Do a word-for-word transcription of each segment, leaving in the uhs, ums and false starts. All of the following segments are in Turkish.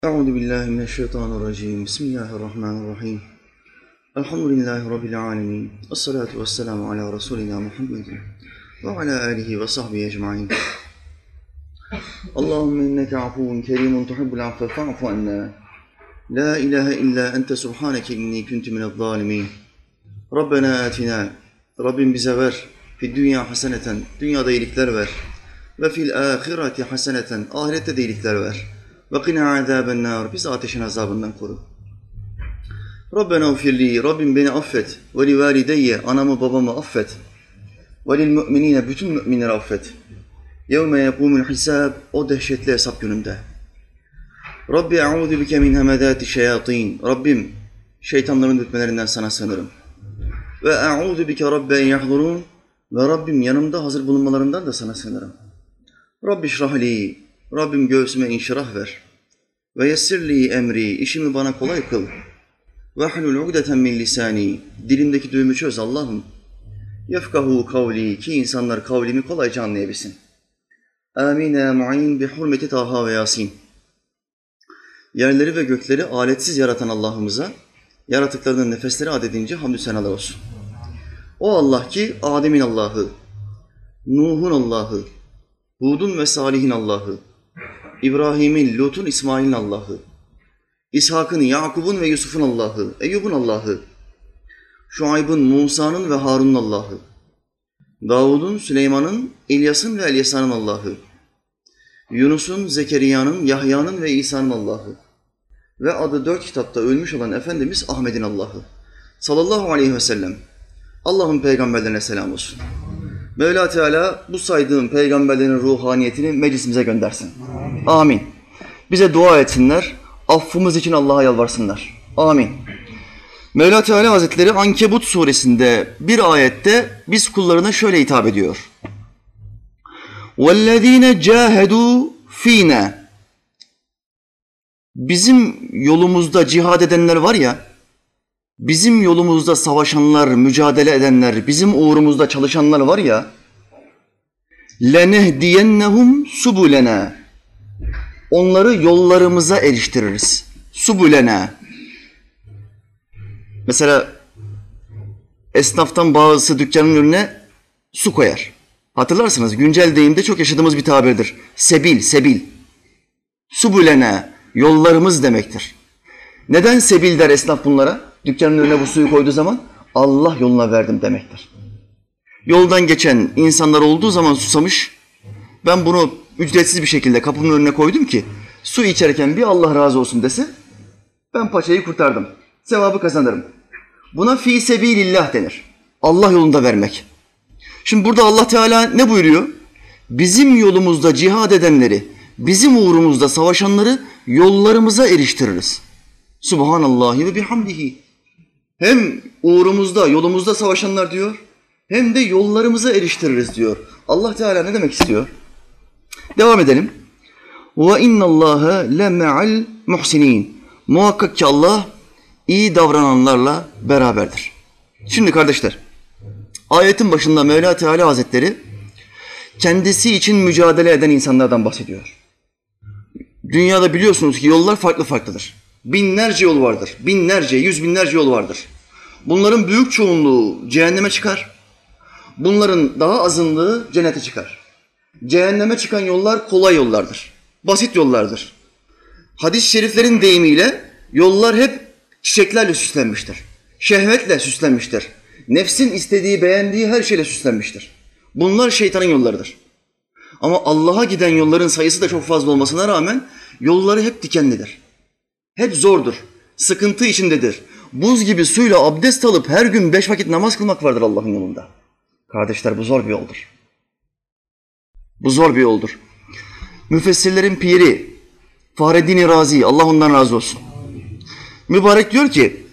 Euzu billahi mineşşeytanirracim. Bismillahirrahmanirrahim. Elhamdülillahi rabbil alamin. Essalatu vesselamu ala resulina Muhammedin ve ala alihi ve sahbihi ecmaîn. Allahumme inneke afuvun kerimun tuhibbul afve fa'fu anna. La ilahe illa ente subhaneke inni kuntu minezzalimin. Rabbena atina. Rabbim bize ver. Fid dünya haseneten. Dünyada iyilikler ver. Ve fil ahireti haseneten. Ahirette de iyilikler ver. Ve qina azaben nar. Bizi ateşin azabından koru. Rabbena ufirli. Rabbim beni affet. Ve li valideyye. Anamı babamı affet. Ve lil müminine. Bütün müminleri affet. Yevme yekumul hisab. O dehşetli hesap gününde. Rabbi e'udhu bike min hemedati şeyatin. Rabbim şeytanların dürtmelerinden sana sığınırım. Ve e'udhu bike rabbe en yahdurun. Ve Rabbim yanımda hazır bulunmalarından da sana sığınırım. Rabbi şrahli. Rabbim göğsüme inşirah ver. Ve yessirli emri. İşimi bana kolay kıl. Ve hlul ugdeten min lisani. Dilimdeki düğümü çöz Allah'ım. Yefkahu kavli. Ki insanlar kavlimi kolayca anlayabilsin. Amin ya mu'in bi hurmeti Taha ve Yasin. Yerleri ve gökleri aletsiz yaratan Allah'ımıza, yaratıklarının nefesleri adedince hamdü senalar olsun. O Allah ki Adem'in Allah'ı, Nuh'un Allah'ı, Hud'un ve Salih'in Allah'ı, İbrahim'in, Lut'un, İsmail'in Allah'ı, İshak'ın, Yakub'un ve Yusuf'un Allah'ı, Eyyub'un Allah'ı, Şuayb'ın, Musa'nın ve Harun'un Allah'ı, Davud'un, Süleyman'ın, İlyas'ın ve Elyasa'nın Allah'ı, Yunus'un, Zekeriya'nın, Yahya'nın ve İsa'nın Allah'ı ve adı dört kitapta ölmüş olan Efendimiz Ahmet'in Allah'ı sallallahu aleyhi ve sellem. Allah'ın peygamberlerine selam olsun. Mevla Teala bu saydığım peygamberlerin ruhaniyetini meclisimize göndersin. Amin. Amin. Bize dua etsinler, affımız için Allah'a yalvarsınlar. Amin. Mevla Teala Hazretleri Ankebut suresinde bir ayette biz kullarına şöyle hitap ediyor. وَالَّذ۪ينَ جَاهَدُوا ف۪ينَا. Bizim yolumuzda cihad edenler var ya, bizim yolumuzda savaşanlar, mücadele edenler, bizim uğrumuzda çalışanlar var ya, لَنَهْدِيَنَّهُمْ سُبُلَنَا. Onları yollarımıza eriştiririz. Subulena. Mesela esnaftan bazısı dükkanın önüne su koyar. Hatırlarsınız, güncel deyimde çok yaşadığımız bir tabirdir. Sebil, sebil. Subulena, yollarımız demektir. Neden sebil der esnaf bunlara? Dükkanın önüne bu suyu koyduğu zaman Allah yoluna verdim demektir. Yoldan geçen insanlar olduğu zaman susamış, ben bunu ücretsiz bir şekilde kapımın önüne koydum ki su içerken bir Allah razı olsun dese, ben paçayı kurtardım, sevabı kazanırım. Buna fî sebîlillah denir. Allah yolunda vermek. Şimdi burada Allah Teala ne buyuruyor? Bizim yolumuzda cihad edenleri, bizim uğrumuzda savaşanları yollarımıza eriştiririz. Subhanallahi ve bihamdihi. Hem uğrumuzda, yolumuzda savaşanlar diyor, hem de yollarımıza eriştiririz diyor. Allah Teala ne demek istiyor? Devam edelim. Ve innallâhe leme'al muhsinin. Muhakkak ki Allah iyi davrananlarla beraberdir. Şimdi kardeşler, ayetin başında Mevla Teala Hazretleri kendisi için mücadele eden insanlardan bahsediyor. Dünyada biliyorsunuz ki yollar farklı farklıdır. Binlerce yol vardır. Binlerce, yüz binlerce yol vardır. Bunların büyük çoğunluğu cehenneme çıkar. Bunların daha azınlığı cennete çıkar. Cehenneme çıkan yollar kolay yollardır. Basit yollardır. Hadis-i şeriflerin deyimiyle yollar hep çiçeklerle süslenmiştir. Şehvetle süslenmiştir. Nefsin istediği, beğendiği her şeyle süslenmiştir. Bunlar şeytanın yollarıdır. Ama Allah'a giden yolların sayısı da çok fazla olmasına rağmen yolları hep dikenlidir. Hep zordur. Sıkıntı içindedir. Buz gibi suyla abdest alıp her gün beş vakit namaz kılmak vardır Allah'ın yolunda. Kardeşler, bu zor bir yoldur. Bu zor bir yoldur. Müfessirlerin piri Fahreddin Razi, Allah ondan razı olsun. Mübarek diyor ki,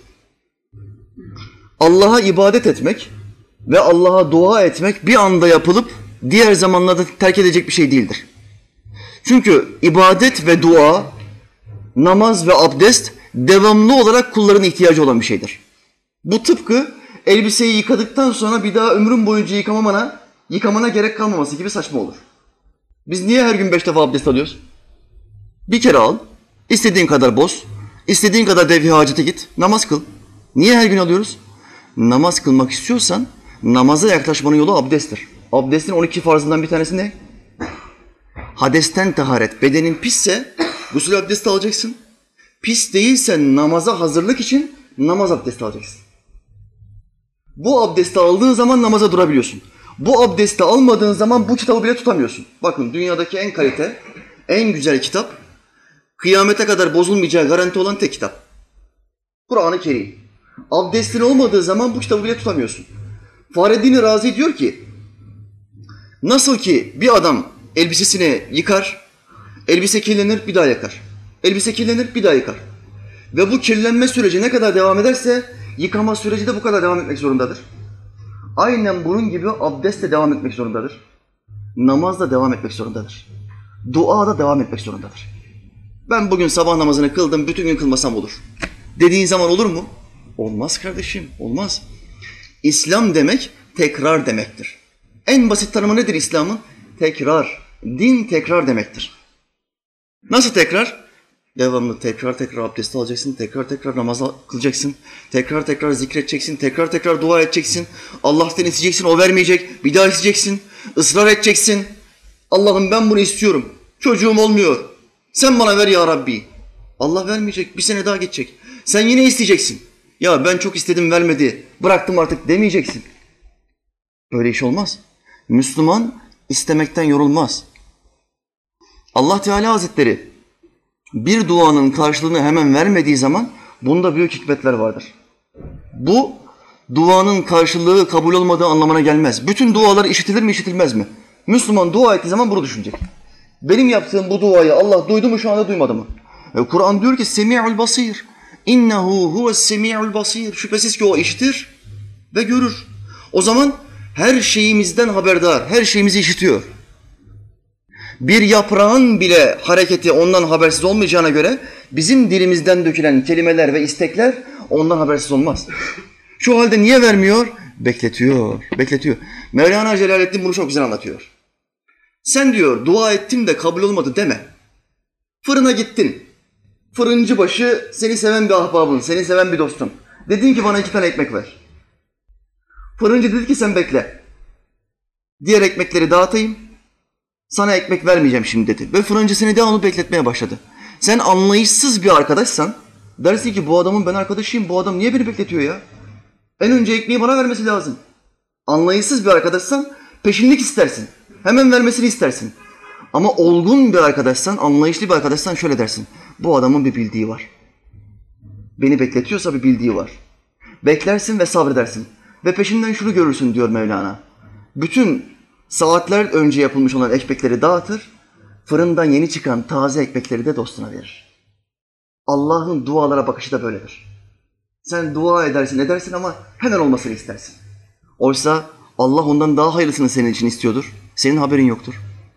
Allah'a ibadet etmek ve Allah'a dua etmek bir anda yapılıp diğer zamanlarda terk edecek bir şey değildir. Çünkü ibadet ve dua, namaz ve abdest devamlı olarak kulların ihtiyacı olan bir şeydir. Bu tıpkı elbiseyi yıkadıktan sonra bir daha ömrün boyunca yıkamamana, yıkamana gerek kalmaması gibi saçma olur. Biz niye her gün beş defa abdest alıyoruz? Bir kere al, İstediğin kadar boz, istediğin kadar devhi hacete git, namaz kıl. Niye her gün alıyoruz? Namaz kılmak istiyorsan namaza yaklaşmanın yolu abdesttir. Abdestin on iki farzından bir tanesi ne? Hadesten taharet. Bedenin pisse gusül abdesti alacaksın. Pis değilse namaza hazırlık için namaz abdesti alacaksın. Bu abdesti aldığın zaman namaza durabiliyorsun. Bu abdesti almadığın zaman bu kitabı bile tutamıyorsun. Bakın dünyadaki en kalite, en güzel kitap, kıyamete kadar bozulmayacağı garanti olan tek kitap. Kur'an-ı Kerim. Abdestin olmadığı zaman bu kitabı bile tutamıyorsun. Fahreddin Razi diyor ki, nasıl ki bir adam elbisesini yıkar, elbise kirlenir bir daha yakar. Elbise kirlenir bir daha yıkar. Ve bu kirlenme süreci ne kadar devam ederse yıkama süreci de bu kadar devam etmek zorundadır. Aynen bunun gibi abdest de devam etmek zorundadır. Namaz da devam etmek zorundadır. Dua da devam etmek zorundadır. Ben bugün sabah namazını kıldım, bütün gün kılmasam olur. Dediğin zaman olur mu? Olmaz kardeşim, olmaz. İslam demek tekrar demektir. En basit tanımı nedir İslam'ın? Tekrar. Din tekrar demektir. Nasıl tekrar? Devamlı tekrar tekrar abdest alacaksın, tekrar tekrar namaz kılacaksın, tekrar tekrar zikredeceksin, tekrar tekrar dua edeceksin, Allah'tan isteyeceksin, o vermeyecek, bir daha isteyeceksin, ısrar edeceksin. Allah'ım ben bunu istiyorum, çocuğum olmuyor, sen bana ver ya Rabbi. Allah vermeyecek, bir sene daha geçecek. Sen yine isteyeceksin. Ya ben çok istedim vermedi, bıraktım artık demeyeceksin. Böyle iş olmaz. Müslüman istemekten yorulmaz. Allah Teala Hazretleri bir duanın karşılığını hemen vermediği zaman bunda büyük hikmetler vardır. Bu duanın karşılığı kabul olmadığı anlamına gelmez. Bütün dualar işitilir mi işitilmez mi? Müslüman dua ettiği zaman bunu düşünecek. Benim yaptığım bu duayı Allah duydu mu şu anda duymadı mı? E, Kur'an diyor ki Semi'ul Basir. İnnehu huves Semi'ul Basir. Şüphesiz ki o işitir ve görür. O zaman her şeyimizden haberdar, her şeyimizi işitiyor. Bir yaprağın bile hareketi ondan habersiz olmayacağına göre bizim dilimizden dökülen kelimeler ve istekler ondan habersiz olmaz. Şu halde niye vermiyor? Bekletiyor, bekletiyor. Mevlana Celaleddin bunu çok güzel anlatıyor. Sen diyor dua ettim de kabul olmadı deme. Fırına gittin. Fırıncı başı seni seven bir ahbabın, seni seven bir dostun. Dedin ki bana iki tane ekmek ver. Fırıncı dedi ki sen bekle. Diğer ekmekleri dağıtayım. Sana ekmek vermeyeceğim şimdi dedi. Ve fırıncı seni devamlı bekletmeye başladı. Sen anlayışsız bir arkadaşsan dersin ki bu adamın ben arkadaşıyım. Bu adam niye beni bekletiyor ya? En önce ekmeği bana vermesi lazım. Anlayışsız bir arkadaşsan peşinlik istersin. Hemen vermesini istersin. Ama olgun bir arkadaşsan, anlayışlı bir arkadaşsan şöyle dersin. Bu adamın bir bildiği var. Beni bekletiyorsa bir bildiği var. Beklersin ve sabredersin. Ve peşinden şunu görürsün diyor Mevlana. Bütün saatler önce yapılmış olan ekmekleri dağıtır, fırından yeni çıkan taze ekmekleri de dostuna verir. Allah'ın dualara bakışı da böyledir. Sen dua edersin, edersin ama hemen olmasını istersin. Oysa Allah ondan daha hayırlısını senin için istiyordur. Senin haberin yoktur.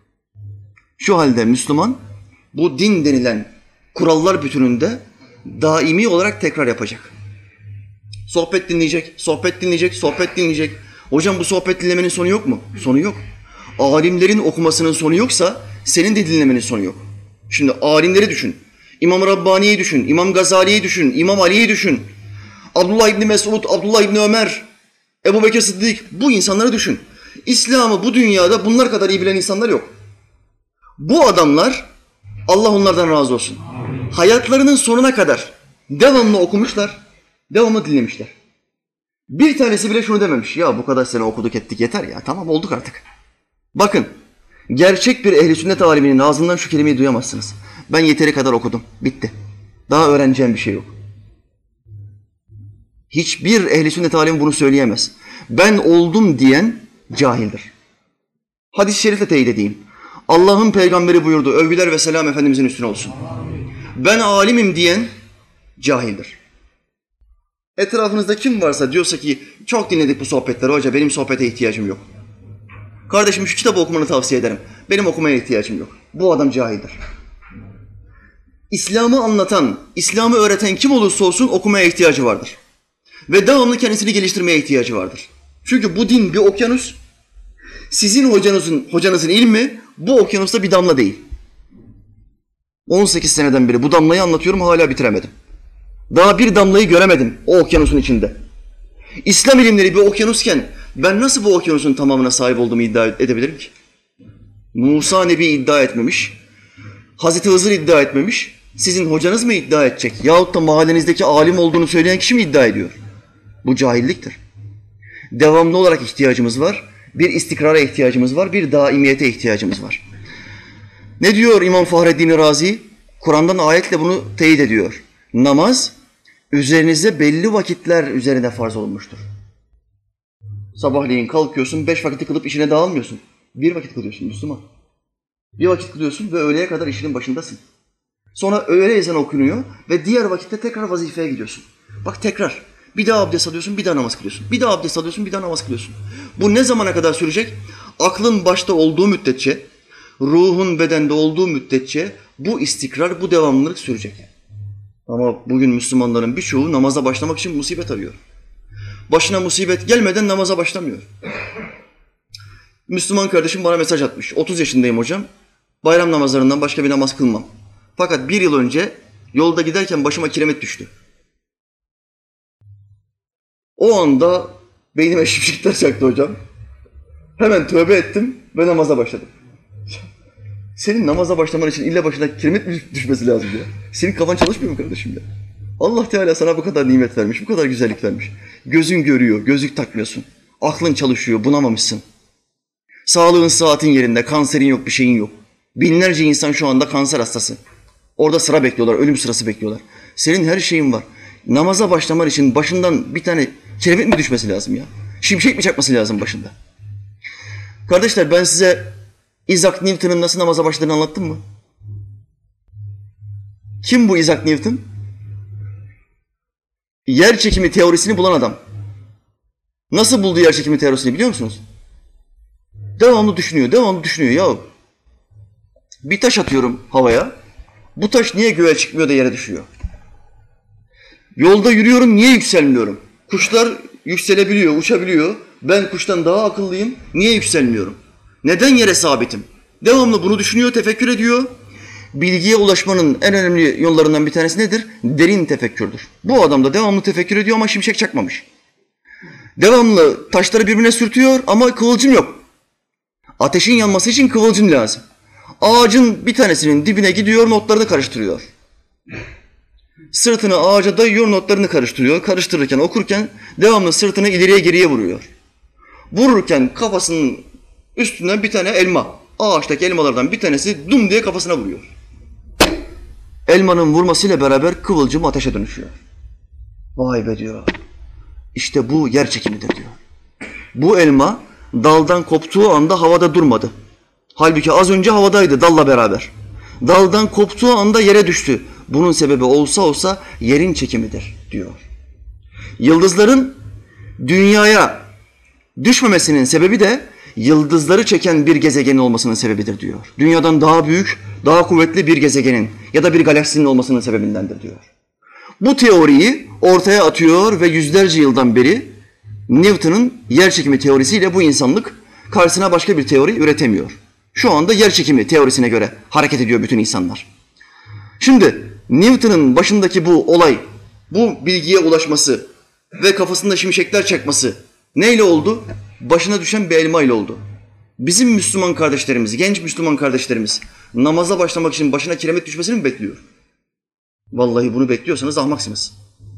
Şu halde Müslüman bu din denilen kurallar bütününde daimi olarak tekrar yapacak. Sohbet dinleyecek, sohbet dinleyecek, sohbet dinleyecek. Hocam bu sohbet dinlemenin sonu yok mu? Sonu yok. Alimlerin okumasının sonu yoksa senin de dinlemenin sonu yok. Şimdi alimleri düşün. İmam Rabbani'yi düşün, İmam Gazali'yi düşün, İmam Ali'yi düşün. Abdullah İbni Mesud, Abdullah İbni Ömer, Ebu Bekir Sıddık, bu insanları düşün. İslam'ı bu dünyada bunlar kadar iyi bilen insanlar yok. Bu adamlar, Allah onlardan razı olsun, hayatlarının sonuna kadar devamlı okumuşlar, devamlı dinlemişler. Bir tanesi bile şunu dememiş, ya bu kadar sene okuduk ettik yeter ya, tamam olduk artık. Bakın, gerçek bir ehl-i sünnet aliminin ağzından şu kelimeyi duyamazsınız. Ben yeteri kadar okudum, bitti. Daha öğreneceğim bir şey yok. Hiçbir ehl-i sünnet alimi bunu söyleyemez. Ben oldum diyen cahildir. Hadis-i şerifle teyit edeyim. Allah'ın peygamberi buyurdu, övgüler ve selam Efendimizin üstüne olsun. Ben alimim diyen cahildir. Etrafınızda kim varsa diyorsa ki çok dinledik bu sohbetleri hoca, benim sohbete ihtiyacım yok. Kardeşim şu kitabı okumanı tavsiye ederim. Benim okumaya ihtiyacım yok. Bu adam cahildir. İslam'ı anlatan, İslam'ı öğreten kim olursa olsun okumaya ihtiyacı vardır. Ve devamlı kendisini geliştirmeye ihtiyacı vardır. Çünkü bu din bir okyanus. Sizin hocanızın, hocanızın ilmi bu okyanusta bir damla değil. on sekiz seneden beri bu damlayı anlatıyorum, hala bitiremedim. Daha bir damlayı göremedim o okyanusun içinde. İslam ilimleri bir okyanusken ben nasıl bu okyanusun tamamına sahip olduğumu iddia edebilirim ki? Musa Nebi iddia etmemiş, Hazreti Hızır iddia etmemiş, sizin hocanız mı iddia edecek? Yahut da mahallenizdeki alim olduğunu söyleyen kişi mi iddia ediyor? Bu cahilliktir. Devamlı olarak ihtiyacımız var, bir istikrara ihtiyacımız var, bir daimiyete ihtiyacımız var. Ne diyor İmam Fahreddin Razi? Kur'an'dan ayetle bunu teyit ediyor. Namaz, üzerinize belli vakitler üzerine farz olmuştur. Sabahleyin kalkıyorsun, beş vakiti kılıp işine dağılmıyorsun. Bir vakit kılıyorsun Müslüman. Bir vakit kılıyorsun ve öğleye kadar işinin başındasın. Sonra öğle ezanı okunuyor ve diğer vakitte tekrar vazifeye gidiyorsun. Bak tekrar. Bir daha abdest alıyorsun, bir daha namaz kılıyorsun. Bir daha abdest alıyorsun, bir daha namaz kılıyorsun. Bu ne zamana kadar sürecek? Aklın başta olduğu müddetçe, ruhun bedende olduğu müddetçe bu istikrar, bu devamlılık sürecek. Ama bugün Müslümanların birçoğu namaza başlamak için musibet arıyor. Başına musibet gelmeden namaza başlamıyor. Müslüman kardeşim bana mesaj atmış. otuz yaşındayım hocam. Bayram namazlarından başka bir namaz kılmam. Fakat bir yıl önce yolda giderken başıma kiremit düştü. O anda beynime şimşekler çaktı hocam. Hemen tövbe ettim ve namaza başladım. Senin namaza başlaman için illa başına kiremit mi düşmesi lazım ya? Senin kafan çalışmıyor mu kardeşim ya? Allah Teala sana bu kadar nimet vermiş, bu kadar güzellik vermiş. Gözün görüyor, gözlük takmıyorsun. Aklın çalışıyor, bunamamışsın. Sağlığın, saatin yerinde, kanserin yok, bir şeyin yok. Binlerce insan şu anda kanser hastası. Orada sıra bekliyorlar, ölüm sırası bekliyorlar. Senin her şeyin var. Namaza başlaman için başından bir tane kiremit mi düşmesi lazım ya? Şimşek mi çakması lazım başında? Kardeşler, ben size Isaac Newton'un nasıl namaza başladığını anlattım mı? Kim bu Isaac Newton? Yer çekimi teorisini bulan adam. Nasıl buldu yer çekimi teorisini biliyor musunuz? Devamlı düşünüyor, devamlı düşünüyor. Ya bir taş atıyorum havaya. Bu taş niye göğe çıkmıyor da yere düşüyor? Yolda yürüyorum, niye yükselmiyorum? Kuşlar yükselebiliyor, uçabiliyor. Ben kuştan daha akıllıyım, niye yükselmiyorum? Neden yere sabitim? Devamlı bunu düşünüyor, tefekkür ediyor. Bilgiye ulaşmanın en önemli yollarından bir tanesi nedir? Derin tefekkürdür. Bu adam da devamlı tefekkür ediyor ama şimşek çakmamış. Devamlı taşları birbirine sürtüyor ama kıvılcım yok. Ateşin yanması için kıvılcım lazım. Ağacın bir tanesinin dibine gidiyor, notlarını karıştırıyor. Sırtını ağaca dayıyor, notlarını karıştırıyor. Karıştırırken, okurken devamlı sırtını ileriye geriye vuruyor. Vururken kafasının üstünden bir tane elma, ağaçtaki elmalardan bir tanesi dum diye kafasına vuruyor. Elmanın vurmasıyla beraber kıvılcım ateşe dönüşüyor. Vay be diyor. İşte bu yer çekimidir diyor. Bu elma daldan koptuğu anda havada durmadı. Halbuki az önce havadaydı dalla beraber. Daldan koptuğu anda yere düştü. Bunun sebebi olsa olsa yerin çekimidir diyor. Yıldızların dünyaya düşmemesinin sebebi de yıldızları çeken bir gezegenin olmasının sebebidir diyor. Dünyadan daha büyük, daha kuvvetli bir gezegenin ya da bir galaksinin olmasının sebebindendir diyor. Bu teoriyi ortaya atıyor ve yüzlerce yıldan beri Newton'un yerçekimi teorisiyle bu insanlık karşısına başka bir teori üretemiyor. Şu anda yerçekimi teorisine göre hareket ediyor bütün insanlar. Şimdi Newton'un başındaki bu olay, bu bilgiye ulaşması ve kafasında şimşekler çakması neyle oldu? Başına düşen bir elma ile oldu. Bizim Müslüman kardeşlerimiz, genç Müslüman kardeşlerimiz namaza başlamak için başına kiremit düşmesini mi bekliyor? Vallahi bunu bekliyorsanız ahmaksınız.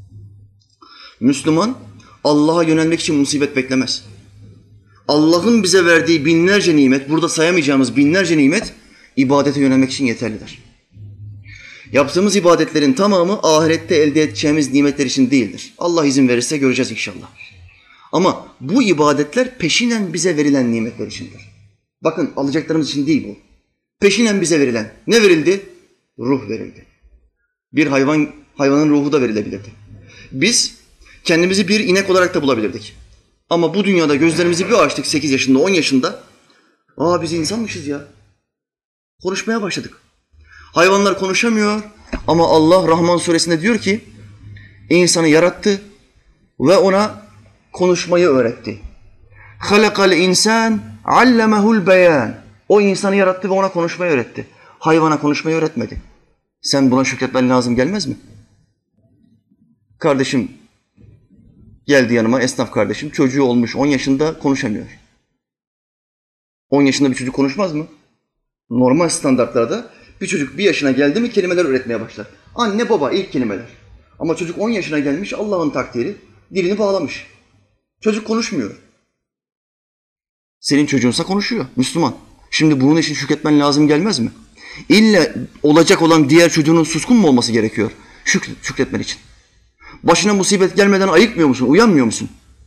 Müslüman Allah'a yönelmek için musibet beklemez. Allah'ın bize verdiği binlerce nimet, burada sayamayacağımız binlerce nimet ibadete yönelmek için yeterlidir. Yaptığımız ibadetlerin tamamı ahirette elde edeceğimiz nimetler için değildir. Allah izin verirse göreceğiz inşallah. Ama bu ibadetler peşinen bize verilen nimetler içindir. Bakın alacaklarımız için değil bu. Peşinen bize verilen. Ne verildi? Ruh verildi. Bir hayvan, hayvanın ruhu da verilebilirdi. Biz kendimizi bir inek olarak da bulabilirdik. Ama bu dünyada gözlerimizi bir açtık sekiz yaşında, on yaşında. Aa biz insanmışız ya. Konuşmaya başladık. Hayvanlar konuşamıyor ama Allah Rahman suresinde diyor ki insanı yarattı ve ona konuşmayı öğretti. Halakal insan allemehul beyan. O insanı yarattı ve ona konuşmayı öğretti. Hayvana konuşmayı öğretmedi. Sen buna şükretmen lazım gelmez mi? Kardeşim geldi yanıma, esnaf kardeşim. Çocuğu olmuş on yaşında, konuşamıyor. on yaşında bir çocuk konuşmaz mı? Normal standartlarda bir çocuk bir yaşına geldi mi kelimeler üretmeye başlar. Anne baba ilk kelimeler. Ama çocuk on yaşına gelmiş, Allah'ın takdiri, dilini bağlamış. Çocuk konuşmuyor. Senin çocuğunsa konuşuyor, Müslüman. Şimdi bunun için şükretmen lazım gelmez mi? İlla olacak olan diğer çocuğunun suskun mu olması gerekiyor Şükr, şükretmen için? Başına musibet gelmeden ayıkmıyor musun, uyanmıyor musun?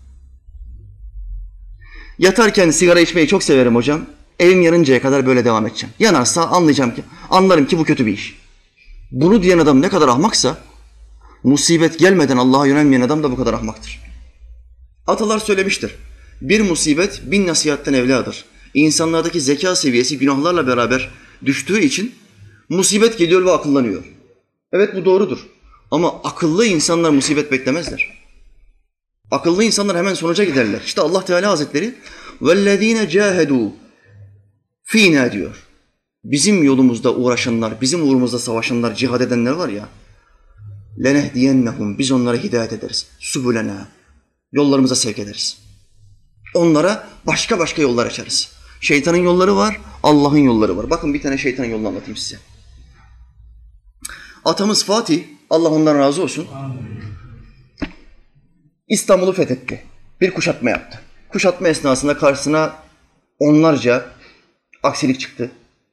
Yatarken sigara içmeyi çok severim hocam. Evim yanıncaya kadar böyle devam edeceğim. Yanarsa anlayacağım ki, anlarım ki bu kötü bir iş. Bunu diyen adam ne kadar ahmaksa, musibet gelmeden Allah'a yönelmeyen adam da bu kadar ahmaktır. Atalar söylemiştir. Bir musibet bin nasihatten evladır. İnsanlardaki zeka seviyesi günahlarla beraber düştüğü için musibet geliyor ve akıllanıyor. Evet, bu doğrudur. Ama akıllı insanlar musibet beklemezler. Akıllı insanlar hemen sonuca giderler. İşte Allah Teala Hazretleri وَالَّذ۪ينَ جَاهَدُوا ف۪ينَا diyor. Bizim yolumuzda uğraşanlar, bizim uğrumuzda savaşanlar, cihad edenler var ya, لَنَهْدِيَنَّهُمْ biz onlara hidayet ederiz. سُبُلَنَا yollarımıza sevk ederiz. Onlara başka başka yollar açarız. Şeytanın yolları var, Allah'ın yolları var. Bakın bir tane şeytanın yolunu anlatayım size. Atamız Fatih, Allah ondan razı olsun, İstanbul'u fethetti. Bir kuşatma yaptı. Kuşatma esnasında karşısına onlarca aksilik çıktı.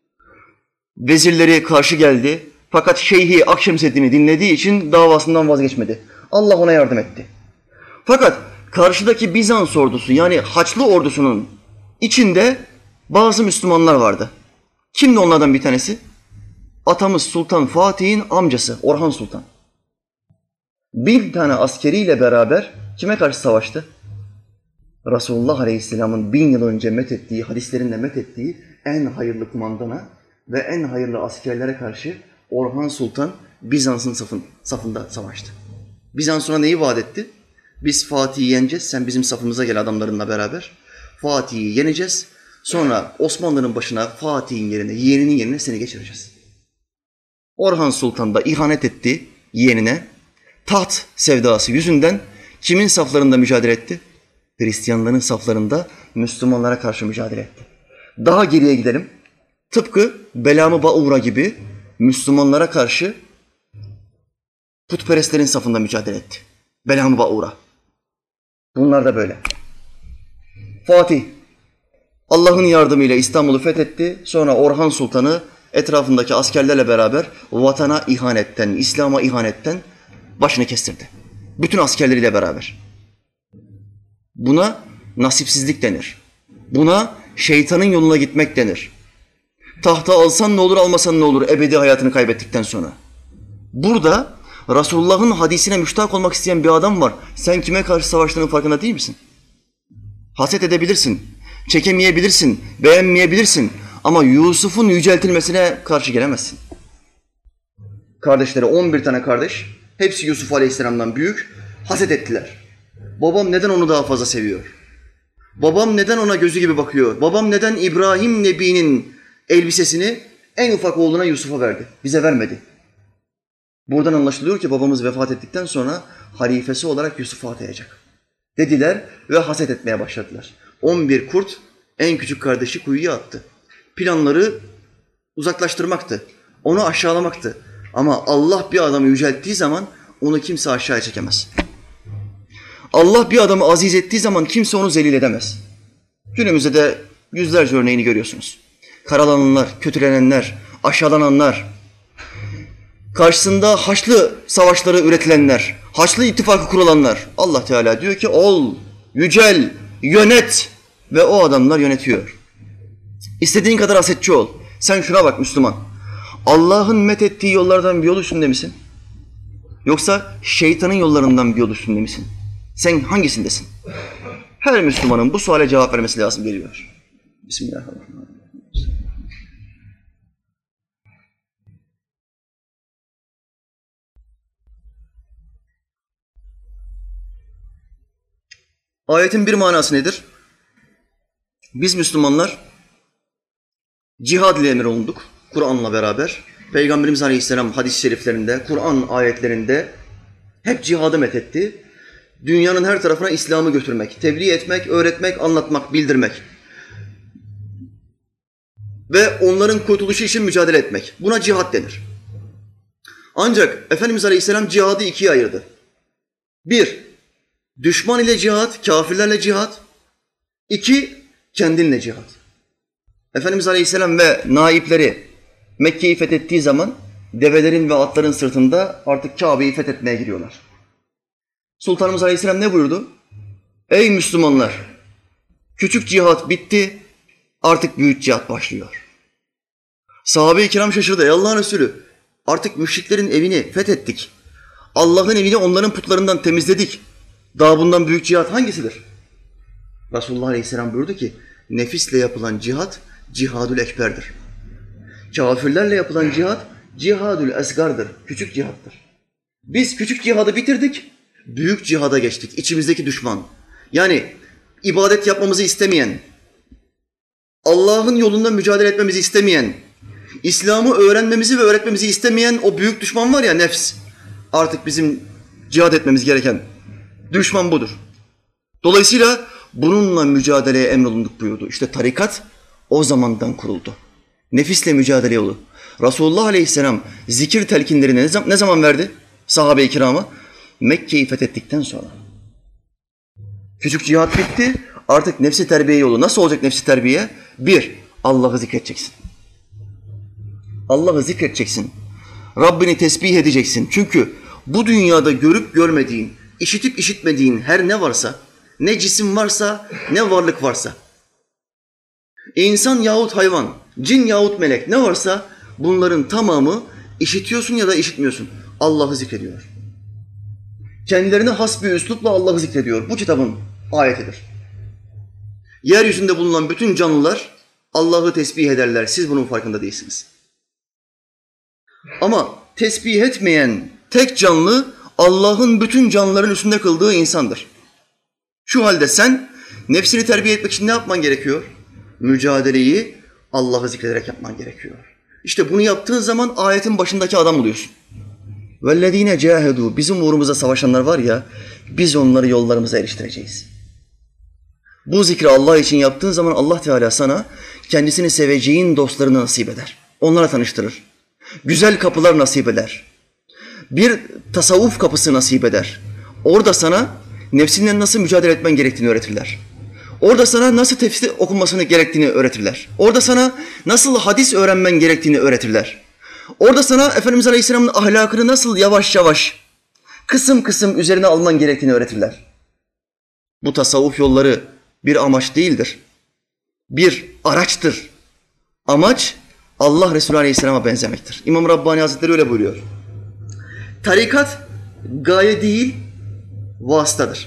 Vezirleri karşı geldi. Fakat Şeyhi Akşemseddin'i dinlediği için davasından vazgeçmedi. Allah ona yardım etti. Fakat karşıdaki Bizans ordusu, yani Haçlı ordusunun içinde bazı Müslümanlar vardı. Kimdi onlardan bir tanesi? Atamız Sultan Fatih'in amcası Orhan Sultan. Bin tane askeriyle beraber kime karşı savaştı? Resulullah Aleyhisselam'ın bin yıl önce methettiği, hadislerinde methettiği en hayırlı kumandana ve en hayırlı askerlere karşı Orhan Sultan Bizans'ın safın, safında savaştı. Bizans ona neyi vaat etti? Biz Fatih'i yeneceğiz, sen bizim safımıza gel adamlarınla beraber. Fatih'i yeneceğiz, sonra Osmanlı'nın başına Fatih'in yerine, yeğeninin yerine seni geçireceğiz. Orhan Sultan da ihanet etti yeğenine. Taht sevdası yüzünden kimin saflarında mücadele etti? Hristiyanların saflarında Müslümanlara karşı mücadele etti. Daha geriye gidelim. Tıpkı Belam-ı Baura gibi Müslümanlara karşı putperestlerin safında mücadele etti. Belam-ı Baura. Bunlar da böyle. Fatih Allah'ın yardımıyla İstanbul'u fethetti. Sonra Orhan Sultan'ı etrafındaki askerlerle beraber vatana ihanetten, İslam'a ihanetten başını kestirdi. Bütün askerleriyle beraber. Buna nasipsizlik denir. Buna şeytanın yoluna gitmek denir. Tahta alsan ne olur, almasan ne olur ebedi hayatını kaybettikten sonra. Burada Resulullah'ın hadisine müştak olmak isteyen bir adam var. Sen kime karşı savaştığının farkında değil misin? Haset edebilirsin, çekemeyebilirsin, beğenmeyebilirsin ama Yusuf'un yüceltilmesine karşı gelemezsin. Kardeşleri, on bir tane kardeş, hepsi Yusuf Aleyhisselam'dan büyük, haset ettiler. Babam neden onu daha fazla seviyor? Babam neden ona gözü gibi bakıyor? Babam neden İbrahim Nebi'nin elbisesini en ufak oğluna Yusuf'a verdi? Bize vermedi. Buradan anlaşılıyor ki babamız vefat ettikten sonra halifesi olarak Yusuf'u atayacak dediler ve haset etmeye başladılar. on bir kurt en küçük kardeşi kuyuya attı. Planları uzaklaştırmaktı, onu aşağılamaktı. Ama Allah bir adamı yücelttiği zaman onu kimse aşağıya çekemez. Allah bir adamı aziz ettiği zaman kimse onu zelil edemez. Günümüzde de yüzlerce örneğini görüyorsunuz. Karalananlar, kötülenenler, aşağılananlar, karşısında Haçlı savaşları üretilenler, Haçlı ittifakı kurulanlar. Allah Teala diyor ki ol, yücel, yönet ve o adamlar yönetiyor. İstediğin kadar hasetçi ol. Sen şuna bak Müslüman. Allah'ın methettiği yollardan bir yol üstünde misin? Yoksa şeytanın yollarından bir yol üstünde misin? Sen hangisindesin? Her Müslümanın bu suale cevap vermesi lazım geliyor. Bismillahirrahmanirrahim. Ayetin bir manası nedir? Biz Müslümanlar cihad ile emrolunduk Kur'an'la beraber. Peygamberimiz Aleyhisselam hadis-i şeriflerinde, Kur'an ayetlerinde hep cihadı methetti. Dünyanın her tarafına İslam'ı götürmek, tebliğ etmek, öğretmek, anlatmak, bildirmek ve onların kurtuluşu için mücadele etmek. Buna cihat denir. Ancak Efendimiz Aleyhisselam cihadı ikiye ayırdı. Bir, düşman ile cihat, kafirlerle cihat. İki, kendinle cihat. Efendimiz Aleyhisselam ve naipleri Mekke'yi fethettiği zaman develerin ve atların sırtında artık Kabe'yi fethetmeye giriyorlar. Sultanımız Aleyhisselam ne buyurdu? Ey Müslümanlar! Küçük cihat bitti, artık büyük cihat başlıyor. Sahabe-i kiram şaşırdı. Ey Allah'ın Resulü, artık müşriklerin evini fethettik. Allah'ın evini onların putlarından temizledik. Daha bundan büyük cihat hangisidir? Resulullah Aleyhisselam buyurdu ki, nefisle yapılan cihat, cihadül ekberdir. Kafirlerle yapılan cihat, cihadül esgardır, küçük cihattır. Biz küçük cihadı bitirdik, büyük cihada geçtik. İçimizdeki düşman, yani ibadet yapmamızı istemeyen, Allah'ın yolunda mücadele etmemizi istemeyen, İslam'ı öğrenmemizi ve öğretmemizi istemeyen o büyük düşman var ya, nefs. Artık bizim cihad etmemiz gereken düşman budur. Dolayısıyla bununla mücadeleye emrolunduk buyurdu. İşte tarikat o zamandan kuruldu. Nefisle mücadele yolu. Resulullah Aleyhisselam zikir telkinlerini ne zaman verdi sahabe-i kirama? Mekke'yi fethettikten sonra. Küçük cihat bitti, artık nefsi terbiye yolu. Nasıl olacak nefsi terbiye? Bir, Allah'ı zikredeceksin. Allah'ı zikredeceksin. Rabbini tesbih edeceksin. Çünkü bu dünyada görüp görmediğin, işitip işitmediğin her ne varsa, ne cisim varsa, ne varlık varsa, İnsan yahut hayvan, cin yahut melek ne varsa bunların tamamı işitiyorsun ya da işitmiyorsun. Allah'ı zikrediyor. Kendilerine has bir üslupla Allah'ı zikrediyor. Bu kitabın ayetidir. Yeryüzünde bulunan bütün canlılar Allah'ı tesbih ederler. Siz bunun farkında değilsiniz. Ama tesbih etmeyen tek canlı Allah'ın bütün canlıların üstünde kıldığı insandır. Şu halde sen nefsini terbiye etmek için ne yapman gerekiyor? Mücadeleyi Allah'ı zikrederek yapman gerekiyor. İşte bunu yaptığın zaman ayetin başındaki adam oluyorsun. وَالَّذ۪ينَ جَاهَدُوا Bizim uğrumuzda savaşanlar var ya, biz onları yollarımıza eriştireceğiz. Bu zikri Allah için yaptığın zaman Allah Teala sana kendisini seveceğin dostlarını nasip eder. Onlara tanıştırır. Güzel kapılar nasip eder. Bir tasavvuf kapısı nasip eder. Orada sana nefsinle nasıl mücadele etmen gerektiğini öğretirler. Orada sana nasıl tefsir okunmasını gerektiğini öğretirler. Orada sana nasıl hadis öğrenmen gerektiğini öğretirler. Orada sana Efendimiz Aleyhisselam'ın ahlakını nasıl yavaş yavaş, kısım kısım üzerine alman gerektiğini öğretirler. Bu tasavvuf yolları bir amaç değildir. Bir araçtır. Amaç Allah Resulü Aleyhisselam'a benzemektir. İmam Rabbani Hazretleri öyle buyuruyor. Tarikat gaye değil, vasıtadır.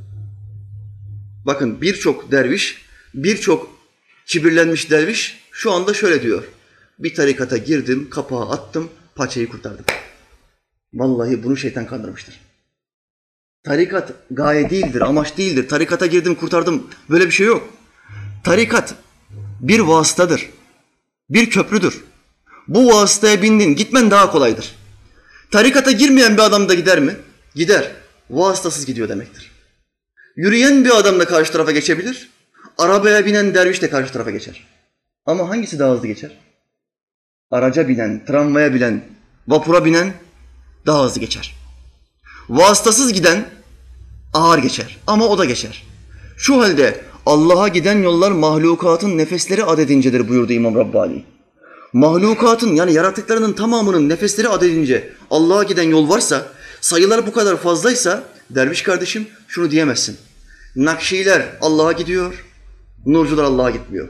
Bakın birçok derviş, birçok kibirlenmiş derviş şu anda şöyle diyor. Bir tarikata girdim, kapağı attım, paçayı kurtardım. Vallahi bunu şeytan kandırmıştır. Tarikat gaye değildir, amaç değildir. Tarikata girdim, kurtardım. Böyle bir şey yok. Tarikat bir vasıtadır. Bir köprüdür. Bu vasıtaya bindin, gitmen daha kolaydır. Tarikata girmeyen bir adam da gider mi? Gider. Vasıtasız gidiyor demektir. Yürüyen bir adam da karşı tarafa geçebilir. Arabaya binen derviş de karşı tarafa geçer. Ama hangisi daha hızlı geçer? Araca binen, tramvaya binen, vapura binen daha hızlı geçer. Vasıtasız giden ağır geçer ama o da geçer. Şu halde Allah'a giden yollar mahlukatın nefesleri adedincedir buyurdu İmam Rabbani. Mahlukatın yani yaratıklarının tamamının nefesleri adedince Allah'a giden yol varsa, sayılar bu kadar fazlaysa derviş kardeşim şunu diyemezsin. Nakşiler Allah'a gidiyor, nurcular Allah'a gitmiyor.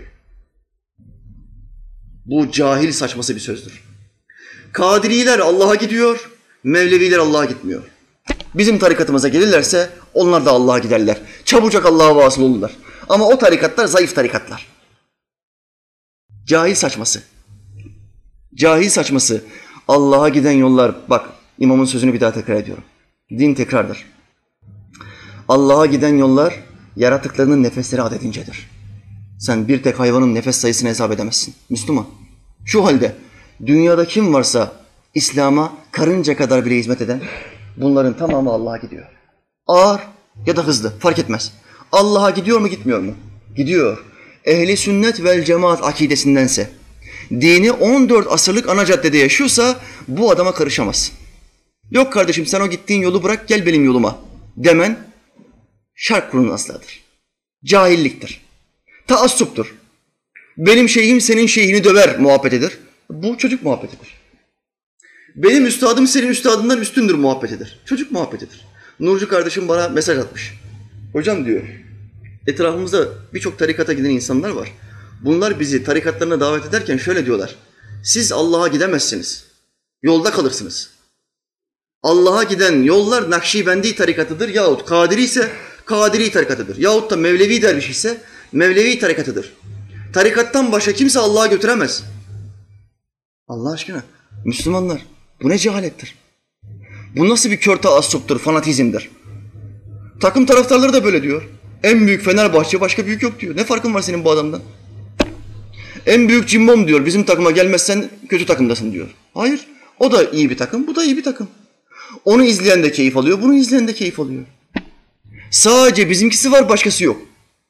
Bu cahil saçması bir sözdür. Kadiriler Allah'a gidiyor, Mevleviler Allah'a gitmiyor. Bizim tarikatımıza gelirlerse onlar da Allah'a giderler. Çabucak Allah'a vasıl olurlar. Ama o tarikatlar zayıf tarikatlar. Cahil saçması. Cahil saçması. Allah'a giden yollar, bak imamın sözünü bir daha tekrar ediyorum. Din tekrardır. Allah'a giden yollar yaratıklarının nefesleri adedincedir. Sen bir tek hayvanın nefes sayısını hesap edemezsin. Müslüman. Şu halde Dünyada kim varsa İslam'a karınca kadar bile hizmet eden, bunların tamamı Allah'a gidiyor. Ağır ya da hızlı fark etmez. Allah'a gidiyor mu gitmiyor mu? Gidiyor. Ehli sünnet vel cemaat akidesindense, dini on dört asırlık ana caddede yaşıyorsa bu adama karışamazsın. Yok kardeşim sen o gittiğin yolu bırak gel benim yoluma demen şark kurnazlığıdır. Cahilliktir. Taassuptur. Benim şeyhim senin şeyhini döver muhabbetidir. Bu çocuk muhabbetidir. Benim üstadım senin üstadından üstündür muhabbetidir. Çocuk muhabbetidir. Nurcu kardeşim bana mesaj atmış. Hocam diyor, etrafımızda birçok tarikata giden insanlar var. Bunlar bizi tarikatlarına davet ederken şöyle diyorlar. Siz Allah'a gidemezsiniz. Yolda kalırsınız. Allah'a giden yollar Nakşibendi tarikatıdır yahut Kadiri ise Kadiri tarikatıdır. Yahut da Mevlevi derviş ise Mevlevi tarikatıdır. Tarikattan başka kimse Allah'a götüremez. Allah aşkına Müslümanlar bu ne cehalettir? Bu nasıl bir kör taassuptur, fanatizmdir? Takım taraftarları da böyle diyor. En büyük Fenerbahçe başka büyük yok diyor. Ne farkın var senin bu adamdan? En büyük cimbom diyor. Bizim takıma gelmezsen kötü takımdasın diyor. Hayır. O da iyi bir takım, bu da iyi bir takım. Onu izleyen de keyif alıyor, bunu izleyen de keyif alıyor. Sadece bizimkisi var, başkası yok.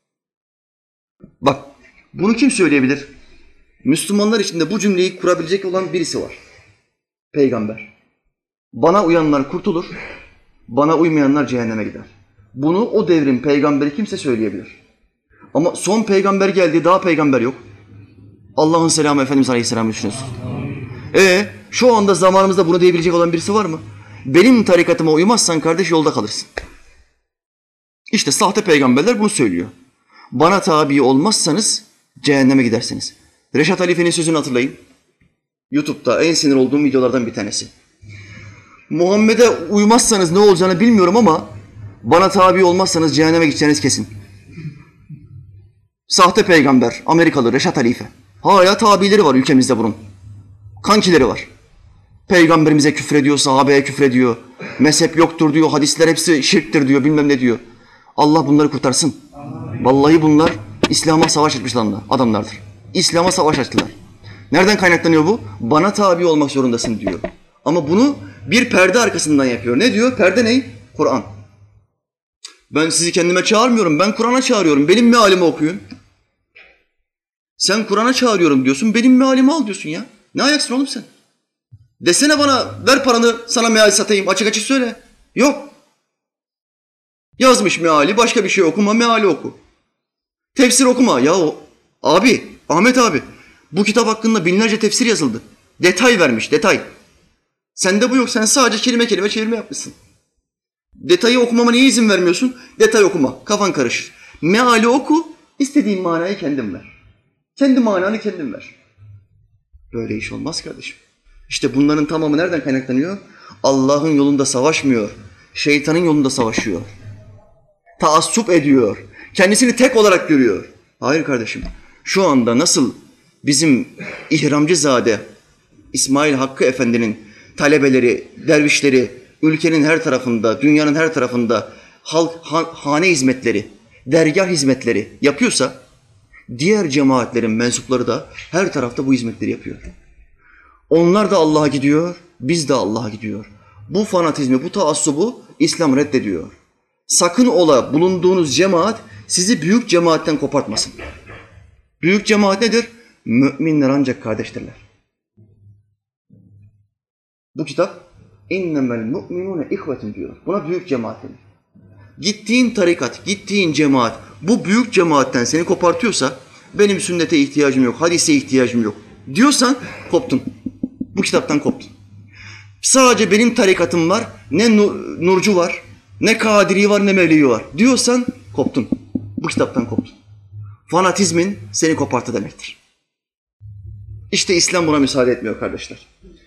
Bak, bunu kim söyleyebilir? Müslümanlar içinde bu cümleyi kurabilecek olan birisi var. Peygamber. Bana uyanlar kurtulur, bana uymayanlar cehenneme gider. Bunu o devrin peygamberi kimse söyleyebilir. Ama son peygamber geldi, daha peygamber yok. Allah'ın selamı Efendimiz Aleyhisselam'ı düşünüyorsun. E şu anda zamanımızda bunu diyebilecek olan birisi var mı? Benim tarikatıma uymazsan kardeş yolda kalırsın. İşte sahte peygamberler bunu söylüyor. Bana tabi olmazsanız cehenneme gidersiniz. Reşat Halife'nin sözünü hatırlayın. YouTube'da en sinir olduğum videolardan bir tanesi. Muhammed'e uymazsanız ne olacağını bilmiyorum ama bana tabi olmazsanız cehenneme gideceğiniz kesin. Sahte peygamber, Amerikalı Reşat Halife. Hala tabileri var ülkemizde bunun. Kankileri var. Peygamberimize küfrediyor, sahabeye küfrediyor. Mezhep yoktur diyor, hadisler hepsi şirktir diyor, bilmem ne diyor. Allah bunları kurtarsın. Vallahi bunlar İslam'a savaş açmış adamlardır. İslam'a savaş açtılar. Nereden kaynaklanıyor bu? Bana tabi olmak zorundasın diyor. Ama bunu bir perde arkasından yapıyor. Ne diyor? Perde ne? Kur'an. Ben sizi kendime çağırmıyorum, ben Kur'an'a çağırıyorum. Benim mealimi okuyun. Sen Kur'an'a çağırıyorum diyorsun, benim mealimi al diyorsun ya. Ne ayaksın oğlum sen? Desene bana, ver paranı, sana meal satayım, açık açık söyle. Yok. Yazmış meali, başka bir şey okuma, meali oku. Tefsir okuma. Ya o, abi, Ahmet abi, bu kitap hakkında binlerce tefsir yazıldı. Detay vermiş, detay. Sende bu yok, sen sadece kelime kelime çevirme yapmışsın. Detayı okumama niye izin vermiyorsun? Detay okuma, kafan karışır. Meali oku, istediğin manayı kendin ver. Kendi mananı kendin ver. Böyle iş olmaz kardeşim. İşte bunların tamamı nereden kaynaklanıyor? Allah'ın yolunda savaşmıyor, şeytanın yolunda savaşıyor. Taassup ediyor, kendisini tek olarak görüyor. Hayır kardeşim, şu anda nasıl bizim İhramcızade İsmail Hakkı Efendi'nin talebeleri, dervişleri, ülkenin her tarafında, dünyanın her tarafında halk, han, hane hizmetleri, dergah hizmetleri yapıyorsa, diğer cemaatlerin mensupları da her tarafta bu hizmetleri yapıyor. Onlar da Allah'a gidiyor, biz de Allah'a gidiyor. Bu fanatizmi, bu taassubu İslam reddediyor. Sakın ola bulunduğunuz cemaat sizi büyük cemaatten kopartmasın. Büyük cemaat nedir? Müminler ancak kardeştirler. Bu kitap innemel mu'minune ihvetun diyor. Buna büyük cemaat denir. Gittiğin tarikat, gittiğin cemaat bu büyük cemaatten seni kopartıyorsa benim sünnete ihtiyacım yok, hadise ihtiyacım yok diyorsan koptun. Bu kitaptan koptun. Sadece benim tarikatım var, ne Nurcu var, ne Kadiri var, ne Mevlevi var diyorsan koptun. Bu kitaptan koptun. Fanatizmin seni koparttı demektir. İşte İslam buna müsaade etmiyor kardeşler.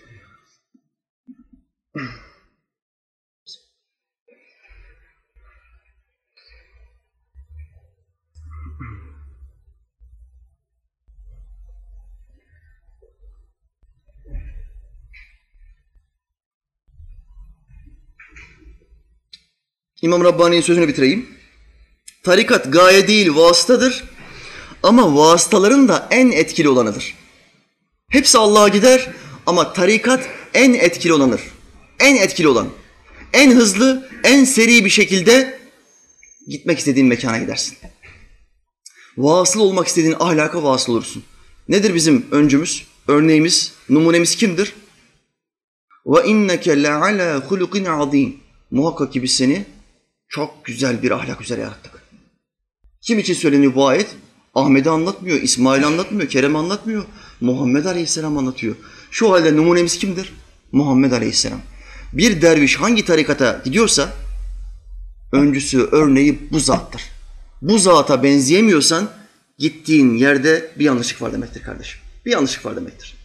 İmam Rabbani'nin sözünü bitireyim. Tarikat gaye değil, vasıtadır. Ama vasıtaların da en etkili olanıdır. Hepsi Allah'a gider Ama tarikat en etkili olanır. En etkili olan. En hızlı, en seri bir şekilde gitmek istediğin mekana gidersin. Vasıl olmak istediğin ahlaka vasıl olursun. Nedir bizim öncümüz, örneğimiz, numunemiz kimdir? Ve inneke le'ala hulukin azim. Muhakkak ki biz seni çok güzel bir ahlak üzere yarattık. Kim için söyleniyor bu ayet? Ahmet'i anlatmıyor, İsmail'i anlatmıyor, Kerem'i anlatmıyor. Muhammed Aleyhisselam anlatıyor. Şu halde numunemiz kimdir? Muhammed Aleyhisselam. Bir derviş hangi tarikata gidiyorsa öncüsü, örneği bu zattır. Bu zata benzeyemiyorsan gittiğin yerde bir yanlışlık var demektir kardeşim. Bir yanlışlık var demektir.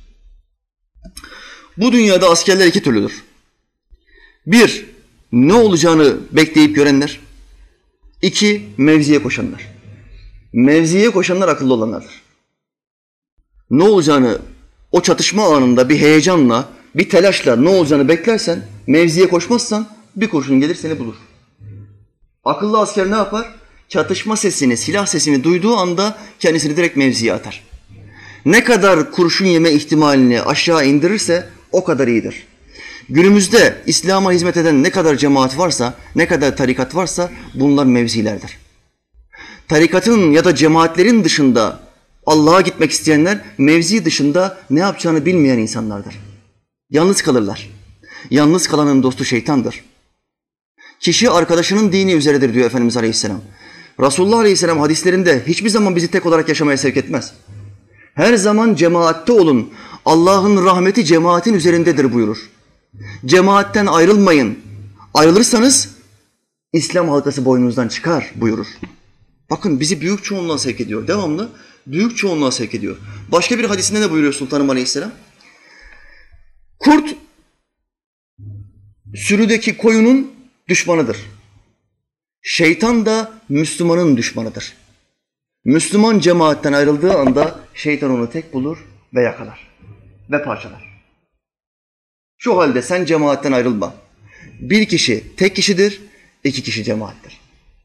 Bu dünyada askerler iki türlüdür. Bir, ne olacağını bekleyip görenler. İki, mevziye koşanlar. Mevziye koşanlar akıllı olanlardır. Ne olacağını o çatışma anında bir heyecanla, bir telaşla ne olacağını beklersen, mevziye koşmazsan bir kurşun gelir seni bulur. Akıllı asker ne yapar? Çatışma sesini, silah sesini duyduğu anda kendisini direkt mevziye atar. Ne kadar kurşun yeme ihtimalini aşağı indirirse o kadar iyidir. Günümüzde İslam'a hizmet eden ne kadar cemaat varsa, ne kadar tarikat varsa bunlar mevzilerdir. Tarikatın ya da cemaatlerin dışında Allah'a gitmek isteyenler mevzi dışında ne yapacağını bilmeyen insanlardır. Yalnız kalırlar. Yalnız kalanın dostu şeytandır. Kişi arkadaşının dini üzeredir diyor Efendimiz Aleyhisselam. Resulullah Aleyhisselam hadislerinde hiçbir zaman bizi tek olarak yaşamaya sevk etmez. Her zaman cemaatte olun. Allah'ın rahmeti cemaatin üzerindedir buyurur. Cemaatten ayrılmayın. Ayrılırsanız İslam halkası boynunuzdan çıkar buyurur. Bakın bizi büyük çoğunluğa sevk ediyor. Devamlı büyük çoğunluğa sevk ediyor. Başka bir hadisinde ne buyuruyor Sultanım Aleyhisselam? Kurt sürüdeki koyunun düşmanıdır. Şeytan da Müslümanın düşmanıdır. Müslüman cemaatten ayrıldığı anda şeytan onu tek bulur ve yakalar ve parçalar. Şu halde sen cemaatten ayrılma. Bir kişi tek kişidir, iki kişi cemaattir.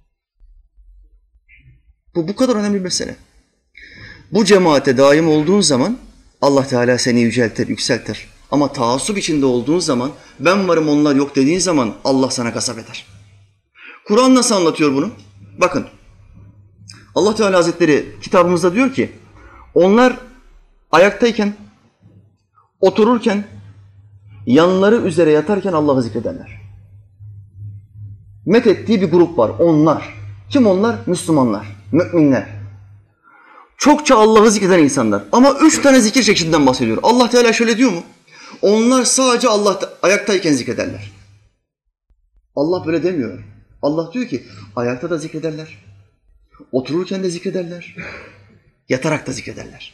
Bu bu kadar önemli bir mesele. Bu cemaate daim olduğun zaman Allah Teala seni yüceltir, yükseltir. Ama taassup içinde olduğun zaman, ben varım onlar yok dediğin zaman Allah sana gazap eder. Kur'an nasıl anlatıyor bunu? Bakın, Allah Teala Hazretleri kitabımızda diyor ki, onlar ayaktayken, otururken, yanları üzere yatarken Allah'ı zikrederler. Methettiği bir grup var, onlar. Kim onlar? Müslümanlar, müminler. Çokça Allah'ı zikreden insanlar. Ama üç tane zikir çeşidinden bahsediyor. Allah Teala şöyle diyor mu? Onlar sadece Allah ayaktayken zikrederler. Allah böyle demiyor. Allah diyor ki ayakta da zikrederler. Otururken de zikrederler. Yatarak da zikrederler.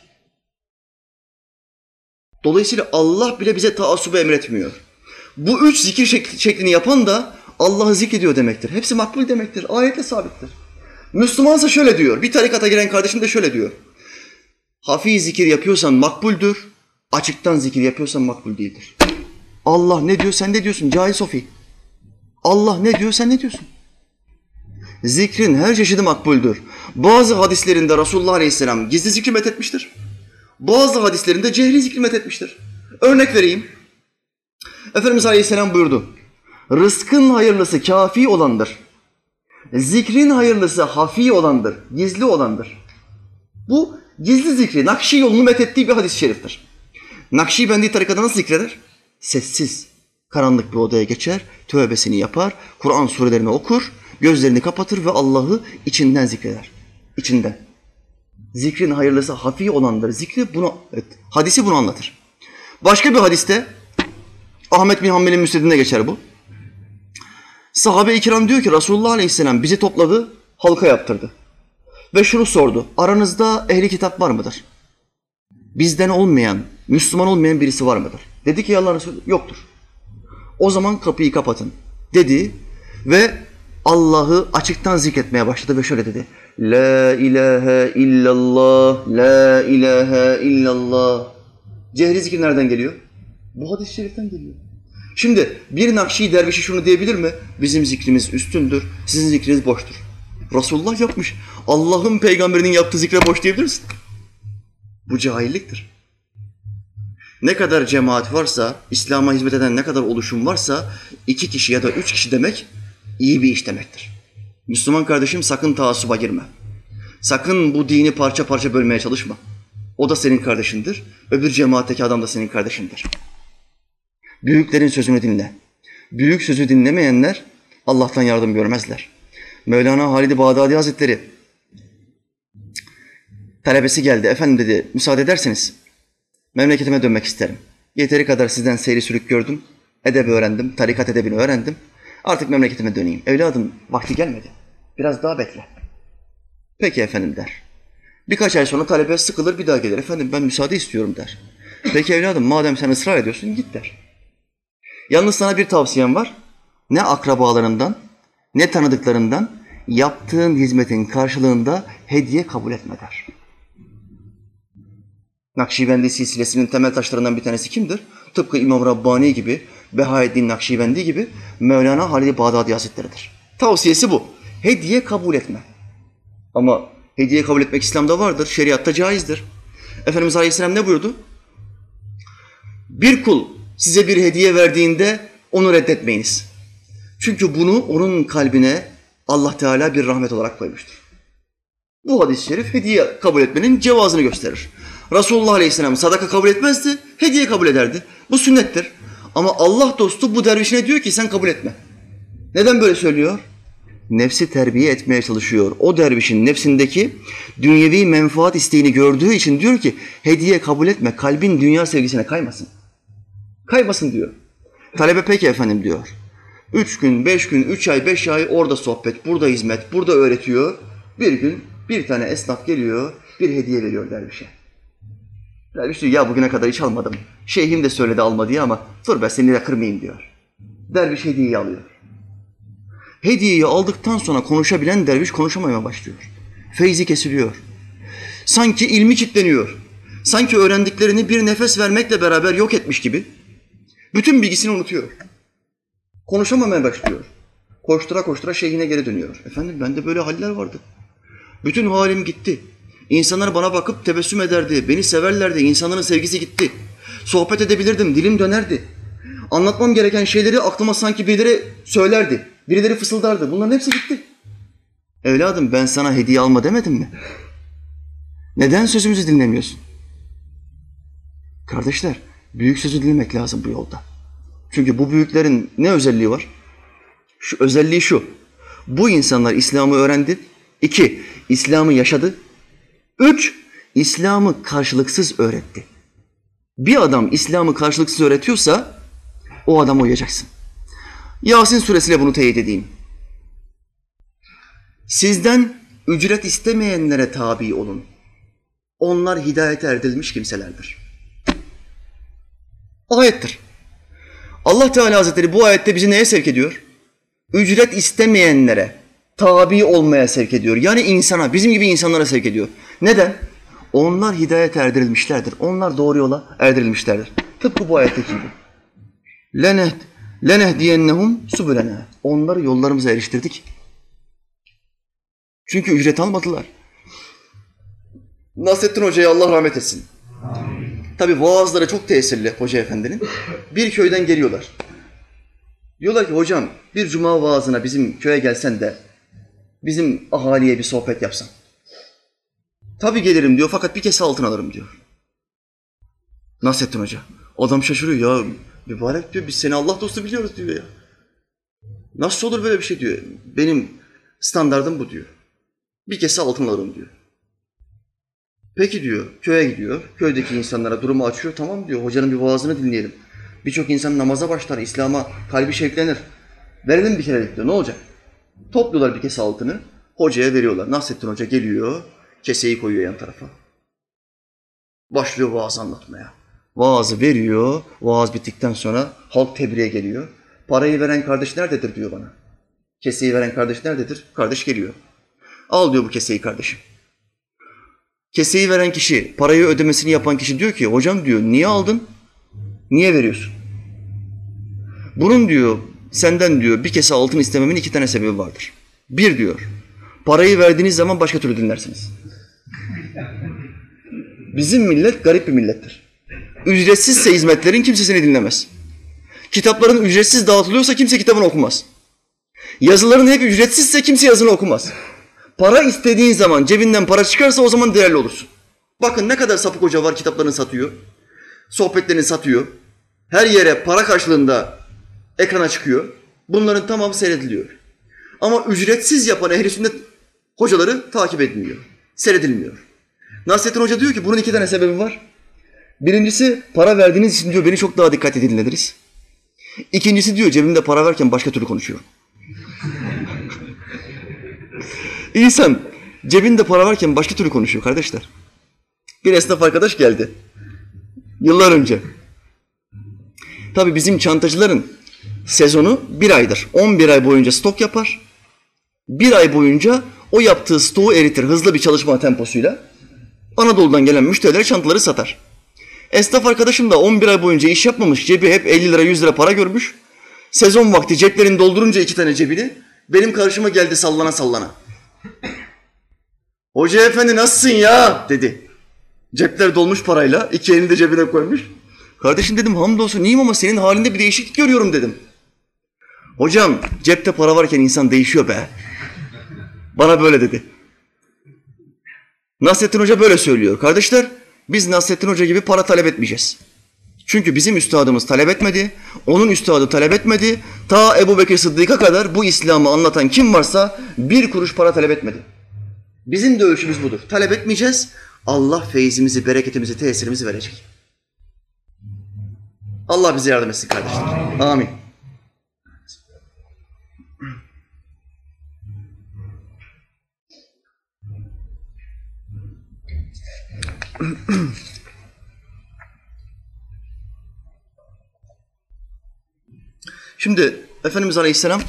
Dolayısıyla Allah bile bize taassubu emretmiyor. Bu üç zikir şeklini yapan da Allah'ı zikrediyor demektir. Hepsi makbul demektir. Ayetle sabittir. Müslümansa şöyle diyor. Bir tarikata giren kardeşim de şöyle diyor. Hafi zikir yapıyorsan makbuldür. Açıktan zikir yapıyorsan makbul değildir. Allah ne diyor sen ne diyorsun? Cahil Sofi. Allah ne diyor sen ne diyorsun? Zikrin her çeşidi makbuldür. Bazı hadislerinde Resulullah Aleyhisselam gizli zikri methetmiştir. Bazı hadislerinde cehri zikri methetmiştir. Örnek vereyim. Efendimiz Aleyhisselam buyurdu. Rızkın hayırlısı kafi olandır. Zikrin hayırlısı hafi olandır, gizli olandır. Bu gizli zikri, Nakşi yolunu methettiği bir hadis-i şeriftir. Nakşibendi tarikatı nasıl zikreder? Sessiz, karanlık bir odaya geçer, tövbesini yapar, Kur'an surelerini okur, gözlerini kapatır ve Allah'ı içinden zikreder. İçinden. Zikrin hayırlısı hafi olandır. Zikri bunu, evet, hadisi bunu anlatır. Başka bir hadiste, Ahmet bin Hanbel'in müsnedinde geçer bu. Sahabe-i kiram diyor ki Resulullah Aleyhisselam bizi topladı, halka yaptırdı. Ve şunu sordu, aranızda ehli kitap var mıdır? Bizden olmayan, Müslüman olmayan birisi var mıdır? Dedi ki ya Allah Resulü, yoktur. O zaman kapıyı kapatın dedi ve Allah'ı açıktan zikretmeye başladı ve şöyle dedi. La ilahe illallah, la ilahe illallah. Cehri zikir nereden geliyor? Bu hadis-i şeriften geliyor. Şimdi bir Nakşi dervişi şunu diyebilir mi? Bizim zikrimiz üstündür, sizin zikriniz boştur. Resulullah yapmış. Allah'ın peygamberinin yaptığı zikre boş diyebilir misin? Bu cahilliktir. Ne kadar cemaat varsa, İslam'a hizmet eden ne kadar oluşum varsa iki kişi ya da üç kişi demek iyi bir iş demektir. Müslüman kardeşim sakın taassuba girme. Sakın bu dini parça parça bölmeye çalışma. O da senin kardeşindir. Öbür cemaatteki adam da senin kardeşindir. Büyüklerin sözünü dinle. Büyük sözü dinlemeyenler Allah'tan yardım görmezler. Mevlana Halid-i Bağdadi Hazretleri talebesi geldi. Efendim dedi, müsaade ederseniz memleketime dönmek isterim. Yeteri kadar sizden seyri sülük gördüm. Edeb öğrendim, tarikat edebini öğrendim. Artık memleketime döneyim. Evladım vakti gelmedi. Biraz daha bekle. Peki efendim der. Birkaç ay sonra talebe sıkılır bir daha gelir. Efendim ben müsaade istiyorum der. Peki evladım madem sen ısrar ediyorsun git der. Yalnız sana bir tavsiyem var. Ne akrabalarından ne tanıdıklarından yaptığın hizmetin karşılığında hediye kabul etme der. Nakşibendi silsilesinin temel taşlarından bir tanesi kimdir? Tıpkı İmam Rabbani gibi, Behaeddin Nakşibendi gibi Mevlana Halid-i Bağdadi Hazretleri'dir. Tavsiyesi bu. Hediye kabul etme. Ama hediye kabul etmek İslam'da vardır, şeriatta caizdir. Efendimiz Aleyhisselam ne buyurdu? Bir kul size bir hediye verdiğinde onu reddetmeyiniz. Çünkü bunu onun kalbine Allah Teala bir rahmet olarak koymuştur. Bu hadis-i şerif hediye kabul etmenin cevazını gösterir. Resulullah Aleyhisselam sadaka kabul etmezdi, hediye kabul ederdi. Bu sünnettir. Ama Allah dostu bu dervişine diyor ki sen kabul etme. Neden böyle söylüyor? Nefsi terbiye etmeye çalışıyor. O dervişin nefsindeki dünyevi menfaat isteğini gördüğü için diyor ki hediye kabul etme, kalbin dünya sevgisine kaymasın. Kaymasın diyor. Talebe peki efendim diyor. Üç gün, beş gün, üç ay, beş ay orada sohbet, burada hizmet, burada öğretiyor. Bir gün bir tane esnaf geliyor, bir hediye veriyor dervişe. Derviş diyor ya bugüne kadar hiç almadım. Şeyhim de söyledi alma diye ama dur ben seni de kırmayayım diyor. Derviş hediyeyi alıyor. Hediyeyi aldıktan sonra konuşabilen derviş konuşamaya başlıyor. Feyzi kesiliyor. Sanki ilmi kilitleniyor. Sanki öğrendiklerini bir nefes vermekle beraber yok etmiş gibi. Bütün bilgisini unutuyor. Konuşamamaya başlıyor. Koştura koştura şeyhine geri dönüyor. Efendim bende böyle haller vardı. Bütün halim gitti. İnsanlar bana bakıp tebessüm ederdi. Beni severlerdi. İnsanların sevgisi gitti. Sohbet edebilirdim. Dilim dönerdi. Anlatmam gereken şeyleri aklıma sanki birileri söylerdi. Birileri fısıldardı. Bunların hepsi gitti. Evladım ben sana hediye alma demedim mi? Neden sözümüzü dinlemiyorsun? Kardeşler, büyük sözü dinlemek lazım bu yolda. Çünkü bu büyüklerin ne özelliği var? Şu özelliği şu. Bu insanlar İslam'ı öğrendi. İki, İslam'ı yaşadı. Üç, İslam'ı karşılıksız öğretti. Bir adam İslam'ı karşılıksız öğretiyorsa o adama uyacaksın. Yasin suresiyle bunu teyit edeyim. Sizden ücret istemeyenlere tabi olun. Onlar hidayete erdirilmiş kimselerdir. Ayettir. Allah Teala Hazretleri bu ayette bizi neye sevk ediyor? Ücret istemeyenlere tabi olmaya sevk ediyor. Yani insana, bizim gibi insanlara sevk ediyor. Neden? Onlar hidayete erdirilmişlerdir. Onlar doğru yola erdirilmişlerdir. Tıpkı bu ayetteki gibi. Leneh, lenehdiyennehum subulena. Onları yollarımıza eriştirdik. Çünkü ücret almadılar. Nasrettin Hoca'ya Allah rahmet etsin. Amin. Tabii vaazları çok tesirli Hoca Efendi'nin. Bir köyden geliyorlar. Diyorlar ki hocam bir cuma vaazına bizim köye gelsen de bizim ahaliye bir sohbet yapsan. Tabii gelirim diyor fakat bir kese altın alırım diyor. Nasrettin Hoca. Adam şaşırıyor ya. Mübarek diyor biz seni Allah dostu biliyoruz diyor ya. Nasıl olur böyle bir şey diyor. Benim standardım bu diyor. Bir kese altın alırım diyor. Peki diyor, köye gidiyor. Köydeki insanlara durumu açıyor. Tamam diyor, hocanın bir vaazını dinleyelim. Birçok insan namaza başlar, İslam'a kalbi şevklenir. Verelim bir kerelik diyor, ne olacak? Topluyorlar bir kese altını, hocaya veriyorlar. Nasrettin Hoca geliyor, keseyi koyuyor yan tarafa. Başlıyor vaaz anlatmaya. Vaazı veriyor, vaaz bittikten sonra halk tebriğe geliyor. Parayı veren kardeş nerededir diyor bana. Keseyi veren kardeş nerededir? Kardeş geliyor. Al diyor bu keseyi kardeşim. Keseyi veren kişi, parayı ödemesini yapan kişi diyor ki, hocam diyor, niye aldın? Niye veriyorsun? Bunun diyor, senden diyor, bir kese altın istememin iki tane sebebi vardır. Bir diyor, parayı verdiğiniz zaman başka türlü dinlersiniz. Bizim millet garip bir millettir. Ücretsizse hizmetlerin kimse seni dinlemez. Kitapların ücretsiz dağıtılıyorsa kimse kitabını okumaz. Yazıların hep ücretsizse kimse yazını okumaz. Para istediğin zaman, cebinden para çıkarsa o zaman değerli olursun. Bakın ne kadar sapık hoca var, kitaplarını satıyor, sohbetlerini satıyor. Her yere para karşılığında ekrana çıkıyor. Bunların tamamı seyrediliyor. Ama ücretsiz yapan ehl-i sünnet hocaları takip edilmiyor, seyredilmiyor. Nasrettin Hoca diyor ki bunun iki tane sebebi var. Birincisi, para verdiğiniz için diyor beni çok daha dikkat dinlediniz. İkincisi diyor cebimde para verken başka türlü konuşuyorum. İnsan cebinde para varken başka türlü konuşuyor kardeşler. Bir esnaf arkadaş geldi. Yıllar önce. Tabii bizim çantacıların sezonu bir aydır. on bir ay boyunca stok yapar. Bir ay boyunca o yaptığı stoğu eritir hızlı bir çalışma temposuyla. Anadolu'dan gelen müşterilere çantaları satar. Esnaf arkadaşım da on bir ay boyunca iş yapmamış, cebi hep elli lira yüz lira para görmüş. Sezon vakti ceplerini doldurunca iki tane cebini benim karşıma geldi sallana sallana. Hoca efendi nasılsın ya dedi. Cepler dolmuş parayla, iki elini de cebine koymuş. Kardeşim dedim hamdolsun iyiyim ama senin halinde bir değişiklik görüyorum dedim. Hocam cepte para varken insan değişiyor be. Bana böyle dedi. Nasrettin Hoca böyle söylüyor. Kardeşler biz Nasrettin Hoca gibi para talep etmeyeceğiz. Çünkü bizim üstadımız talep etmedi, onun üstadı talep etmedi. Ta Ebu Bekir Sıddık'a kadar bu İslam'ı anlatan kim varsa bir kuruş para talep etmedi. Bizim de ölçümüz budur. Talep etmeyeceğiz. Allah feyzimizi, bereketimizi, tesirimizi verecek. Allah bize yardım etsin kardeşler. Amin. Şimdi Efendimiz Aleyhisselam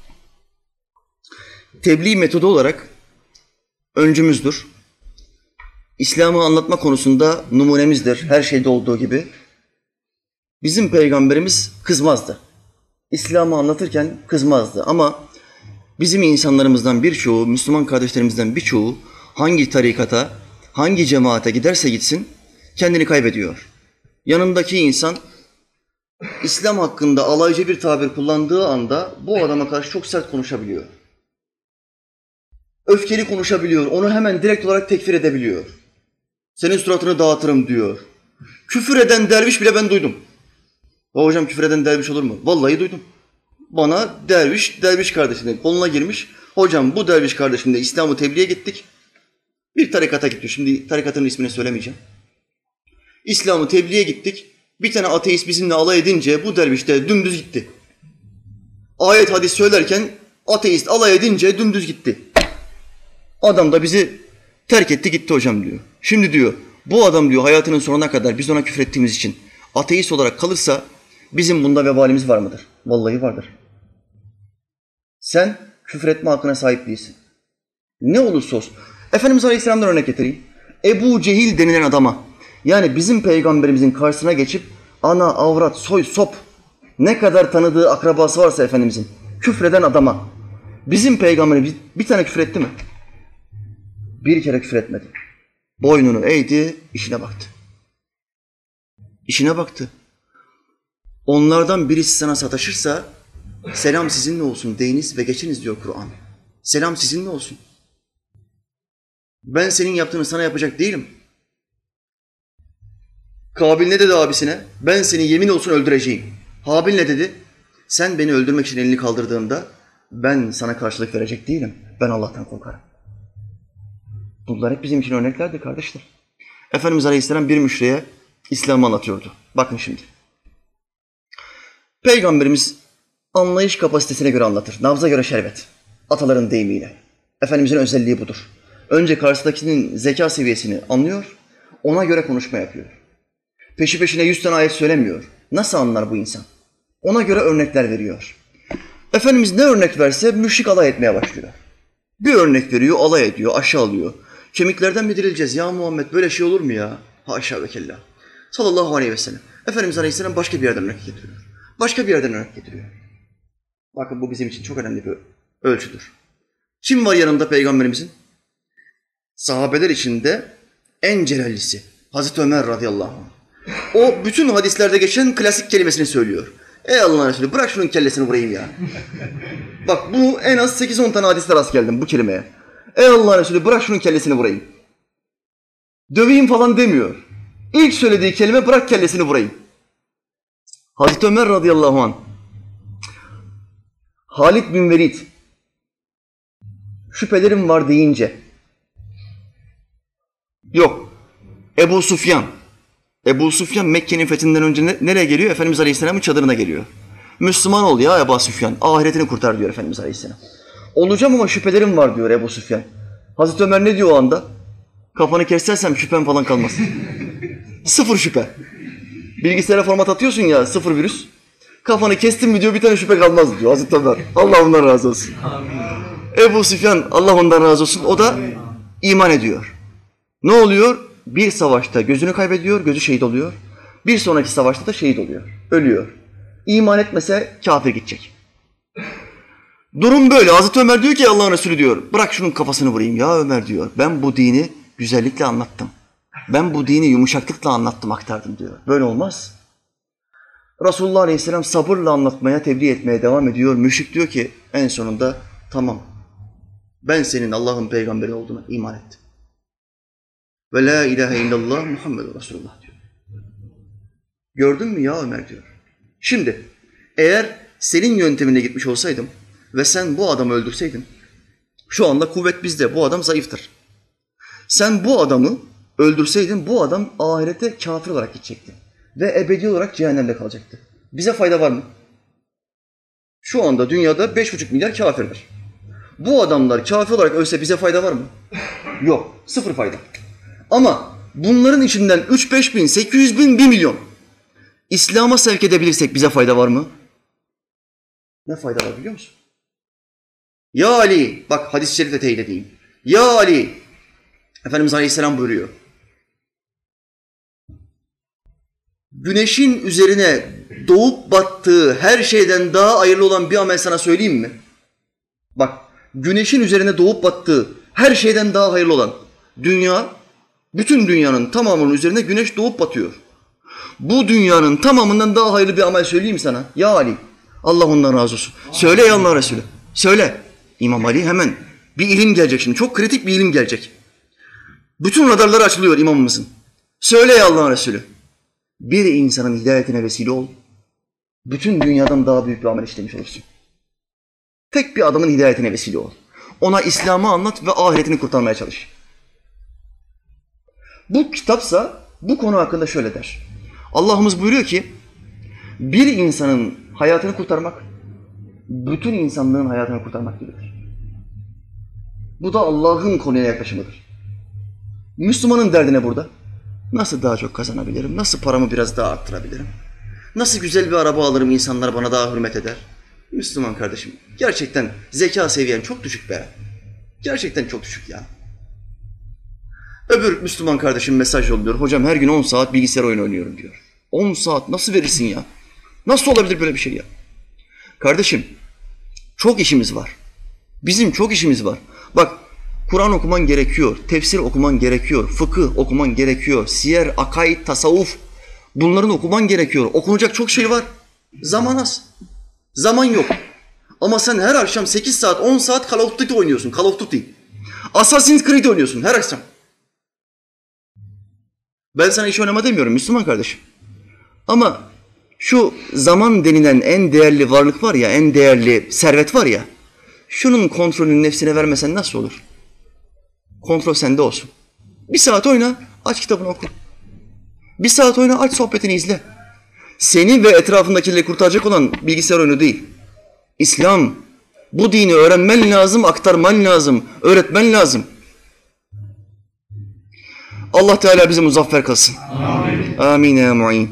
tebliğ metodu olarak öncümüzdür. İslam'ı anlatma konusunda numunemizdir. Her şeyde olduğu gibi. Bizim peygamberimiz kızmazdı. İslam'ı anlatırken kızmazdı. Ama bizim insanlarımızdan birçoğu, Müslüman kardeşlerimizden birçoğu hangi tarikata, hangi cemaate giderse gitsin kendini kaybediyor. Yanındaki insan İslam hakkında alaycı bir tabir kullandığı anda bu adama karşı çok sert konuşabiliyor. Öfkeli konuşabiliyor. Onu hemen direkt olarak tekfir edebiliyor. Senin suratını dağıtırım diyor. Küfür eden derviş bile ben duydum. Ya hocam küfür eden derviş olur mu? Vallahi duydum. Bana derviş, derviş kardeşinin koluna girmiş. Hocam bu derviş kardeşimle İslam'ı tebliğe gittik. Bir tarikata gitti. Şimdi tarikatın ismini söylemeyeceğim. İslam'ı tebliğe gittik. Bir tane ateist bizimle alay edince bu derviş de dümdüz gitti. Ayet hadis söylerken ateist alay edince dümdüz gitti. Adam da bizi terk etti gitti hocam diyor. Şimdi diyor bu adam diyor hayatının sonuna kadar biz ona küfür ettiğimiz için ateist olarak kalırsa bizim bunda vebalimiz var mıdır? Vallahi vardır. Sen küfür etme hakkına sahip değilsin. Ne olursa olsun. Efendimiz Aleyhisselam'dan örnek getireyim. Ebu Cehil denilen adama yani bizim peygamberimizin karşısına geçip ana, avrat, soy, sop ne kadar tanıdığı akrabası varsa Efendimizin küfreden adama bizim peygamberimiz bir tane küfür etti mi? Bir kere küfür etmedi. Boynunu eğdi, işine baktı. İşine baktı. Onlardan birisi sana sataşırsa selam sizinle olsun deyiniz ve geçiniz diyor Kur'an. Selam sizinle olsun. Ben senin yaptığını sana yapacak değilim. Kabil ne dedi abisine? Ben seni yemin olsun öldüreceğim. Habil ne dedi? Sen beni öldürmek için elini kaldırdığında ben sana karşılık verecek değilim. Ben Allah'tan korkarım. Bunlar hep bizim için örneklerdi kardeşler. Efendimiz Aleyhisselam bir müşriye İslam'ı anlatıyordu. Bakın şimdi. Peygamberimiz anlayış kapasitesine göre anlatır. Nabza göre şerbet. Ataların deyimiyle. Efendimizin özelliği budur. Önce karşıdakinin zeka seviyesini anlıyor, ona göre konuşma yapıyor. Peşi peşine yüz tane ayet söylemiyor. Nasıl anlar bu insan? Ona göre örnekler veriyor. Efendimiz ne örnek verse müşrik alay etmeye başlıyor. Bir örnek veriyor, alay ediyor, aşağılıyor. Kemiklerden mi dirileceğiz? Ya Muhammed böyle şey olur mu ya? Haşa ve kella. Sallallahu aleyhi ve sellem. Efendimiz Aleyhisselam başka bir yerden örnek getiriyor. Başka bir yerden örnek getiriyor. Bakın bu bizim için çok önemli bir ölçüdür. Kim var yanında Peygamberimizin? Sahabeler içinde en celallisi Hazreti Ömer radıyallahu anh. O bütün hadislerde geçen klasik kelimesini söylüyor. Ey Allah'ın Resulü bırak şunun kellesini vurayım ya. Bak bunu en az sekiz on tane hadiste rast geldim bu kelimeye. Ey Allah'ın Resulü bırak şunun kellesini vurayım. Döveyim falan demiyor. İlk söylediği kelime bırak kellesini vurayım. Hazreti Ömer radıyallahu anh, Halid bin Velid, şüphelerim var deyince, yok, Ebu Sufyan, Ebu Sufyan Mekke'nin fethinden önce ne, nereye geliyor? Efendimiz Aleyhisselam'ın çadırına geliyor. Müslüman ol ya Ebu Sufyan, ahiretini kurtar diyor Efendimiz Aleyhisselam. Olacağım ama şüphelerim var diyor Ebu Sufyan. Hazreti Ömer ne diyor o anda? Kafanı kesersem şüphem falan kalmaz. Sıfır şüphe. Bilgisayara format atıyorsun ya, sıfır virüs. Kafanı kestin mi diyor, bir tane şüphe kalmaz diyor Hazreti Ömer. Allah ondan razı olsun. Amin. Ebu Süfyan, Allah ondan razı olsun, o da iman ediyor. Ne oluyor? Bir savaşta gözünü kaybediyor, gözü şehit oluyor. Bir sonraki savaşta da şehit oluyor, ölüyor. İman etmese kafir gidecek. Durum böyle. Hazreti Ömer diyor ki Allah'ın Resulü diyor, bırak şunun kafasını vurayım. Ya Ömer diyor, ben bu dini güzellikle anlattım. Ben bu dini yumuşaklıkla anlattım, aktardım diyor. Böyle olmaz. Resulullah Aleyhisselam sabırla anlatmaya, tebliğ etmeye devam ediyor. Müşrik diyor ki en sonunda tamam, ben senin Allah'ın peygamberi olduğuna iman ettim. Ve la ilahe illallah Muhammed Resulullah diyor. Gördün mü ya Ömer diyor. Şimdi eğer senin yöntemine gitmiş olsaydım ve sen bu adamı öldürseydin, şu anda kuvvet bizde, bu adam zayıftır. Sen bu adamı öldürseydin bu adam ahirete kafir olarak gidecekti. Ve ebedi olarak cehennemde kalacaktı. Bize fayda var mı? Şu anda dünyada beş buçuk milyar kafirdir. Bu adamlar kafir olarak ölse bize fayda var mı? Yok, sıfır fayda. Ama bunların içinden üç beş bin, sekiz yüz bin, bir milyon İslam'a sevk edebilirsek bize fayda var mı? Ne fayda var biliyor musun? Ya Ali, bak hadis-i şerifle teyit edeyim. Ya Ali, Efendimiz Aleyhisselam buyuruyor. Güneşin üzerine doğup battığı her şeyden daha hayırlı olan bir amel sana söyleyeyim mi? Bak, güneşin üzerine doğup battığı her şeyden daha hayırlı olan dünya, bütün dünyanın tamamının üzerine güneş doğup batıyor. Bu dünyanın tamamından daha hayırlı bir amel söyleyeyim sana. Ya Ali, Allah ondan razı olsun. Söyle ya Allah Resulü, söyle. İmam Ali hemen bir ilim gelecek şimdi, çok kritik bir ilim gelecek. Bütün radarları açılıyor imamımızın. Söyle ya Allah Resulü. Bir insanın hidayetine vesile ol, bütün dünyadan daha büyük bir amel işlemiş olursun. Tek bir adamın hidayetine vesile ol. Ona İslam'ı anlat ve ahiretini kurtarmaya çalış. Bu kitapsa bu konu hakkında şöyle der. Allah'ımız buyuruyor ki, bir insanın hayatını kurtarmak, bütün insanlığın hayatını kurtarmak gibidir. Bu da Allah'ın konuya yaklaşımıdır. Müslümanın derdine burada. Nasıl daha çok kazanabilirim? Nasıl paramı biraz daha arttırabilirim? Nasıl güzel bir araba alırım, insanlar bana daha hürmet eder? Müslüman kardeşim, gerçekten zeka seviyen çok düşük be. Gerçekten çok düşük ya. Öbür Müslüman kardeşim mesaj yolluyor. Hocam her gün on saat bilgisayar oyunu oynuyorum diyor. on saat nasıl verirsin ya? Nasıl olabilir böyle bir şey ya? Kardeşim, çok işimiz var. Bizim çok işimiz var. Bak, Kur'an okuman gerekiyor, tefsir okuman gerekiyor, fıkıh okuman gerekiyor, siyer, akaid, tasavvuf, bunların okuman gerekiyor. Okunacak çok şey var. Zaman az. Zaman yok. Ama sen her akşam sekiz saat, on saat Call of Duty oynuyorsun. Call of Duty. Assassin's Creed oynuyorsun her akşam. Ben sana iş oynama demiyorum Müslüman kardeşim. Ama şu zaman denilen en değerli varlık var ya, en değerli servet var ya, şunun kontrolünü nefsine vermesen nasıl olur? Kontrol sende olsun. Bir saat oyna, aç kitabını oku. Bir saat oyna, aç sohbetini izle. Seni ve etrafındakileri kurtaracak olan bilgisayar oyunu değil. İslam, bu dini öğrenmen lazım, aktarman lazım, öğretmen lazım. Allah Teala bizi muzaffer kılsın. Amin. Amin ya mu'in.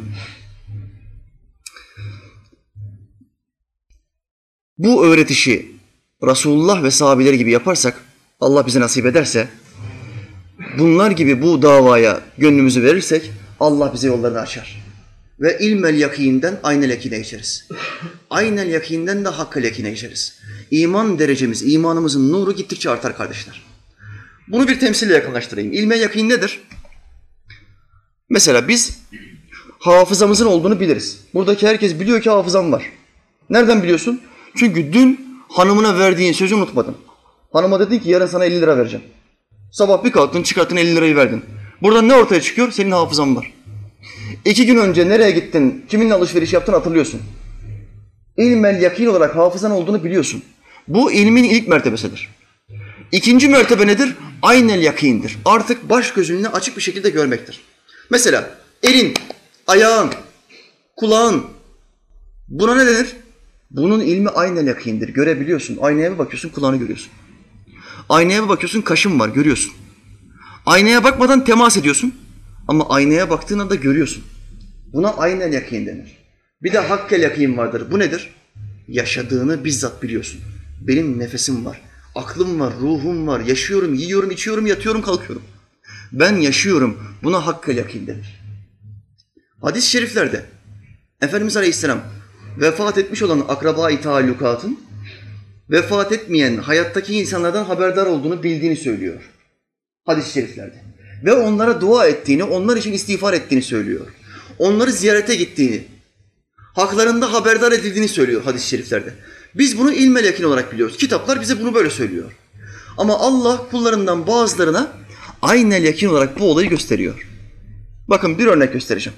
Bu öğretişi Resulullah ve sahabeleri gibi yaparsak, Allah bize nasip ederse, bunlar gibi bu davaya gönlümüzü verirsek, Allah bize yollarını açar. Ve ilmel yakinden aynel yakine geçeriz. Aynel yakinden de hakkal yakine geçeriz. İman derecemiz, imanımızın nuru gittikçe artar kardeşler. Bunu bir temsille yakınlaştırayım. İlmel yakin nedir? Mesela biz hafızamızın olduğunu biliriz. Buradaki herkes biliyor ki hafızam var. Nereden biliyorsun? Çünkü dün hanımına verdiğin sözü unutmadın. Hanıma dedin ki yarın sana elli lira vereceğim. Sabah bir kalktın, çıkarttın elli lirayı verdin. Buradan ne ortaya çıkıyor? Senin hafızan var. İki gün önce nereye gittin, kiminle alışveriş yaptın hatırlıyorsun. İlmel yakin olarak hafızan olduğunu biliyorsun. Bu ilmin ilk mertebesidir. İkinci mertebe nedir? Aynel yakindir. Artık baş gözünle açık bir şekilde görmektir. Mesela elin, ayağın, kulağın, buna ne denir? Bunun ilmi aynel yakindir. Görebiliyorsun. Aynaya bir bakıyorsun, kulağını görüyorsun. Aynaya bir bakıyorsun, kaşın var, görüyorsun. Aynaya bakmadan temas ediyorsun. Ama aynaya baktığın anda görüyorsun. Buna aynel yakin denir. Bir de hakkel yakin vardır. Bu nedir? Yaşadığını bizzat biliyorsun. Benim nefesim var, aklım var, ruhum var, yaşıyorum, yiyorum, içiyorum, yatıyorum, kalkıyorum. Ben yaşıyorum. Buna hakkel yakin denir. Hadis-i şeriflerde Efendimiz Aleyhisselam vefat etmiş olan akraba-i taallukatın vefat etmeyen hayattaki insanlardan haberdar olduğunu bildiğini söylüyor. Hadis-i şeriflerde. Ve onlara dua ettiğini, onlar için istiğfar ettiğini söylüyor. Onları ziyarete gittiğini, haklarında haberdar edildiğini söylüyor hadis-i şeriflerde. Biz bunu ilmel yakin olarak biliyoruz. Kitaplar bize bunu böyle söylüyor. Ama Allah kullarından bazılarına aynel yakin olarak bu olayı gösteriyor. Bakın bir örnek göstereceğim.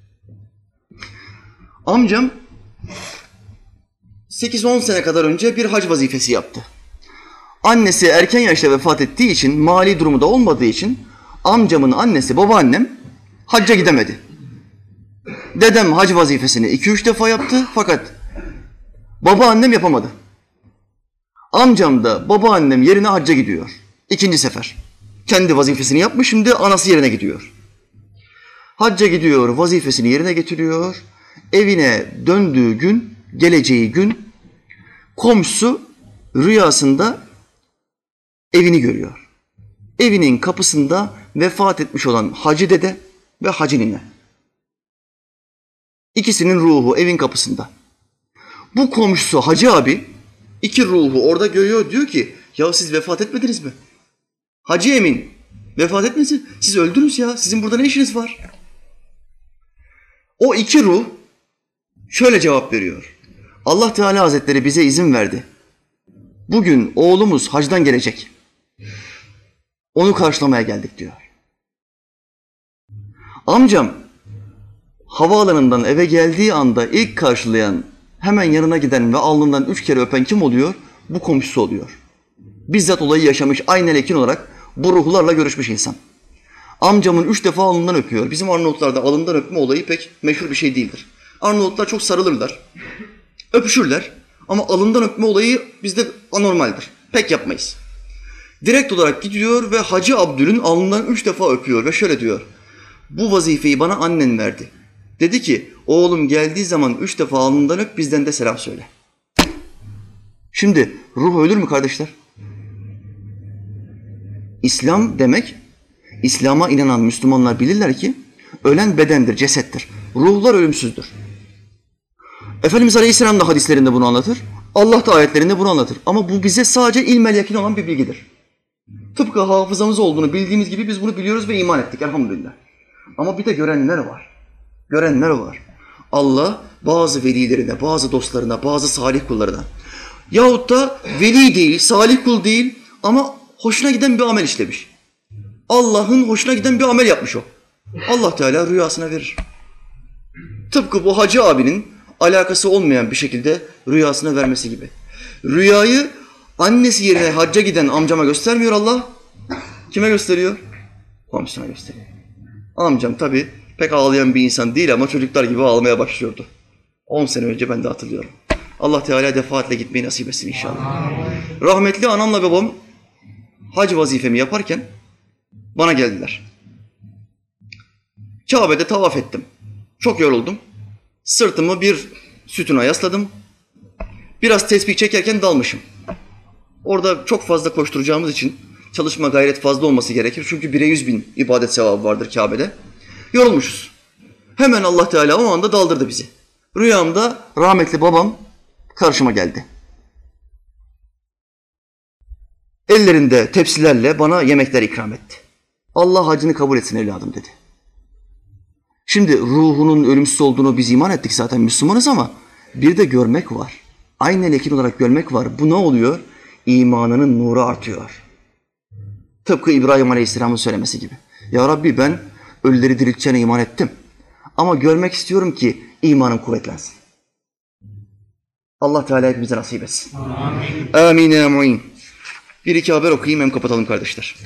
Amcam sekiz on sene kadar önce bir hac vazifesi yaptı. Annesi erken yaşta vefat ettiği için, mali durumu da olmadığı için amcamın annesi, babaannem hacca gidemedi. Dedem hac vazifesini iki üç defa yaptı fakat babaannem yapamadı. Amcam da babaannem yerine hacca gidiyor. İkinci sefer. Kendi vazifesini yapmış, şimdi anası yerine gidiyor. Hacca gidiyor, vazifesini yerine getiriyor. Evine döndüğü gün, geleceği gün komşusu rüyasında evini görüyor. Evinin kapısında vefat etmiş olan hacı dede ve hacı nine. İkisinin ruhu evin kapısında. Bu komşusu hacı abi iki ruhu orada görüyor, diyor ki ya siz vefat etmediniz mi? Hacı Emin vefat etmediniz, siz öldünüz ya, sizin burada ne işiniz var? O iki ruh şöyle cevap veriyor. Allah Teala Hazretleri bize izin verdi. Bugün oğlumuz hacdan gelecek. Onu karşılamaya geldik diyor. Amcam havaalanından eve geldiği anda ilk karşılayan, hemen yanına giden ve alnından üç kere öpen kim oluyor? Bu komşusu oluyor. Bizzat olayı yaşamış, aynel yakin olarak bu ruhlarla görüşmüş insan. Amcamın üç defa alnından öpüyor. Bizim Arnavutlarda alından öpme olayı pek meşhur bir şey değildir. Arnavutlar çok sarılırlar, öpüşürler ama alından öpme olayı bizde anormaldir. Pek yapmayız. Direkt olarak gidiyor ve Hacı Abdül'ün alnından üç defa öpüyor ve şöyle diyor. Bu vazifeyi bana annen verdi. Dedi ki oğlum geldiği zaman üç defa alnından öp, bizden de selam söyle. Şimdi ruh ölür mü kardeşler? İslam demek, İslam'a inanan Müslümanlar bilirler ki ölen bedendir, cesettir. Ruhlar ölümsüzdür. Efendimiz Aleyhisselam da hadislerinde bunu anlatır. Allah da ayetlerinde bunu anlatır. Ama bu bize sadece ilmel yakin olan bir bilgidir. Tıpkı hafızamız olduğunu bildiğimiz gibi biz bunu biliyoruz ve iman ettik elhamdülillah. Ama bir de görenler var. Görenler var. Allah bazı velilerine, bazı dostlarına, bazı salih kullarına yahut da veli değil, salih kul değil ama hoşuna giden bir amel işlemiş. Allah'ın hoşuna giden bir amel yapmış o. Allah Teala rüyasına verir. Tıpkı bu hacı abinin alakası olmayan bir şekilde rüyasına vermesi gibi. Rüyayı annesi yerine hacca giden amcama göstermiyor Allah. Kime gösteriyor? Komşusuna gösteriyor. Amcam tabii pek ağlayan bir insan değil ama çocuklar gibi ağlamaya başlıyordu. On sene önce ben de hatırlıyorum. Allah Teala defaatle gitmeyi nasip etsin inşallah. Rahmetli anamla babam hac vazifemi yaparken bana geldiler. Kabe'de tavaf ettim. Çok yoruldum. Sırtımı bir sütuna yasladım. Biraz tesbih çekerken dalmışım. Orada çok fazla koşturacağımız için çalışma gayret fazla olması gerekir. Çünkü bire yüz bin ibadet sevabı vardır Kabe'de. Yorulmuşuz. Hemen Allah Teala o anda daldırdı bizi. Rüyamda rahmetli babam karşıma geldi. Ellerinde tepsilerle bana yemekler ikram etti. Allah hacını kabul etsin evladım dedi. Şimdi ruhunun ölümsüz olduğunu biz iman ettik zaten, Müslümanız, ama bir de görmek var. Aynen ekin olarak görmek var. Bu ne oluyor? İmanının nuru artıyor. Tıpkı İbrahim Aleyhisselam'ın söylemesi gibi. Ya Rabbi, ben ölüleri dirilteceğine iman ettim. Ama görmek istiyorum ki imanım kuvvetlensin. Allah Teala hepimize nasip etsin. Amin. Amin. Amin. Bir iki haber okuyayım, hem kapatalım kardeşler.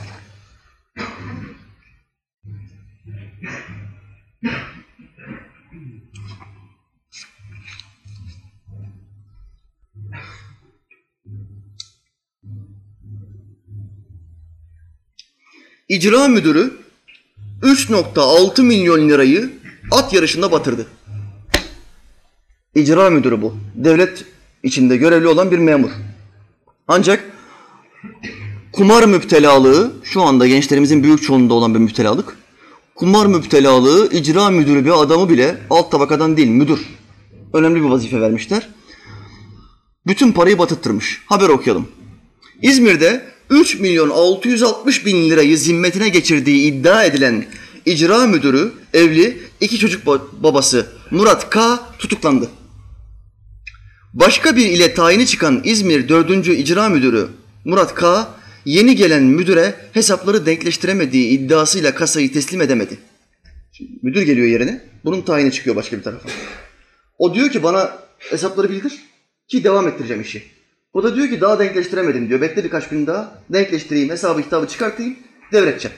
İcra müdürü üç nokta altı milyon lirayı at yarışında batırdı. İcra müdürü bu. Devlet içinde görevli olan bir memur. Ancak kumar müptelalığı, şu anda gençlerimizin büyük çoğunluğunda olan bir müptelalık. Kumar müptelalığı, icra müdürü bir adamı bile alt tabakadan değil, müdür. Önemli bir vazife vermişler. Bütün parayı batırttırmış. Haber okuyalım. İzmir'de üç milyon altı yüz altmış bin lirayı zimmetine geçirdiği iddia edilen icra müdürü, evli, iki çocuk babası Murat K. tutuklandı. Başka bir ile tayini çıkan İzmir dördüncü İcra Müdürü Murat K. yeni gelen müdüre hesapları denkleştiremediği iddiasıyla kasayı teslim edemedi. Şimdi müdür geliyor yerine, bunun tayini çıkıyor başka bir tarafa. O diyor ki bana hesapları bildir ki devam ettireceğim işi. O da diyor ki daha denkleştiremedim diyor. Bekle birkaç gün daha, denkleştireyim, hesabı kitabı çıkartayım, devredeceğim.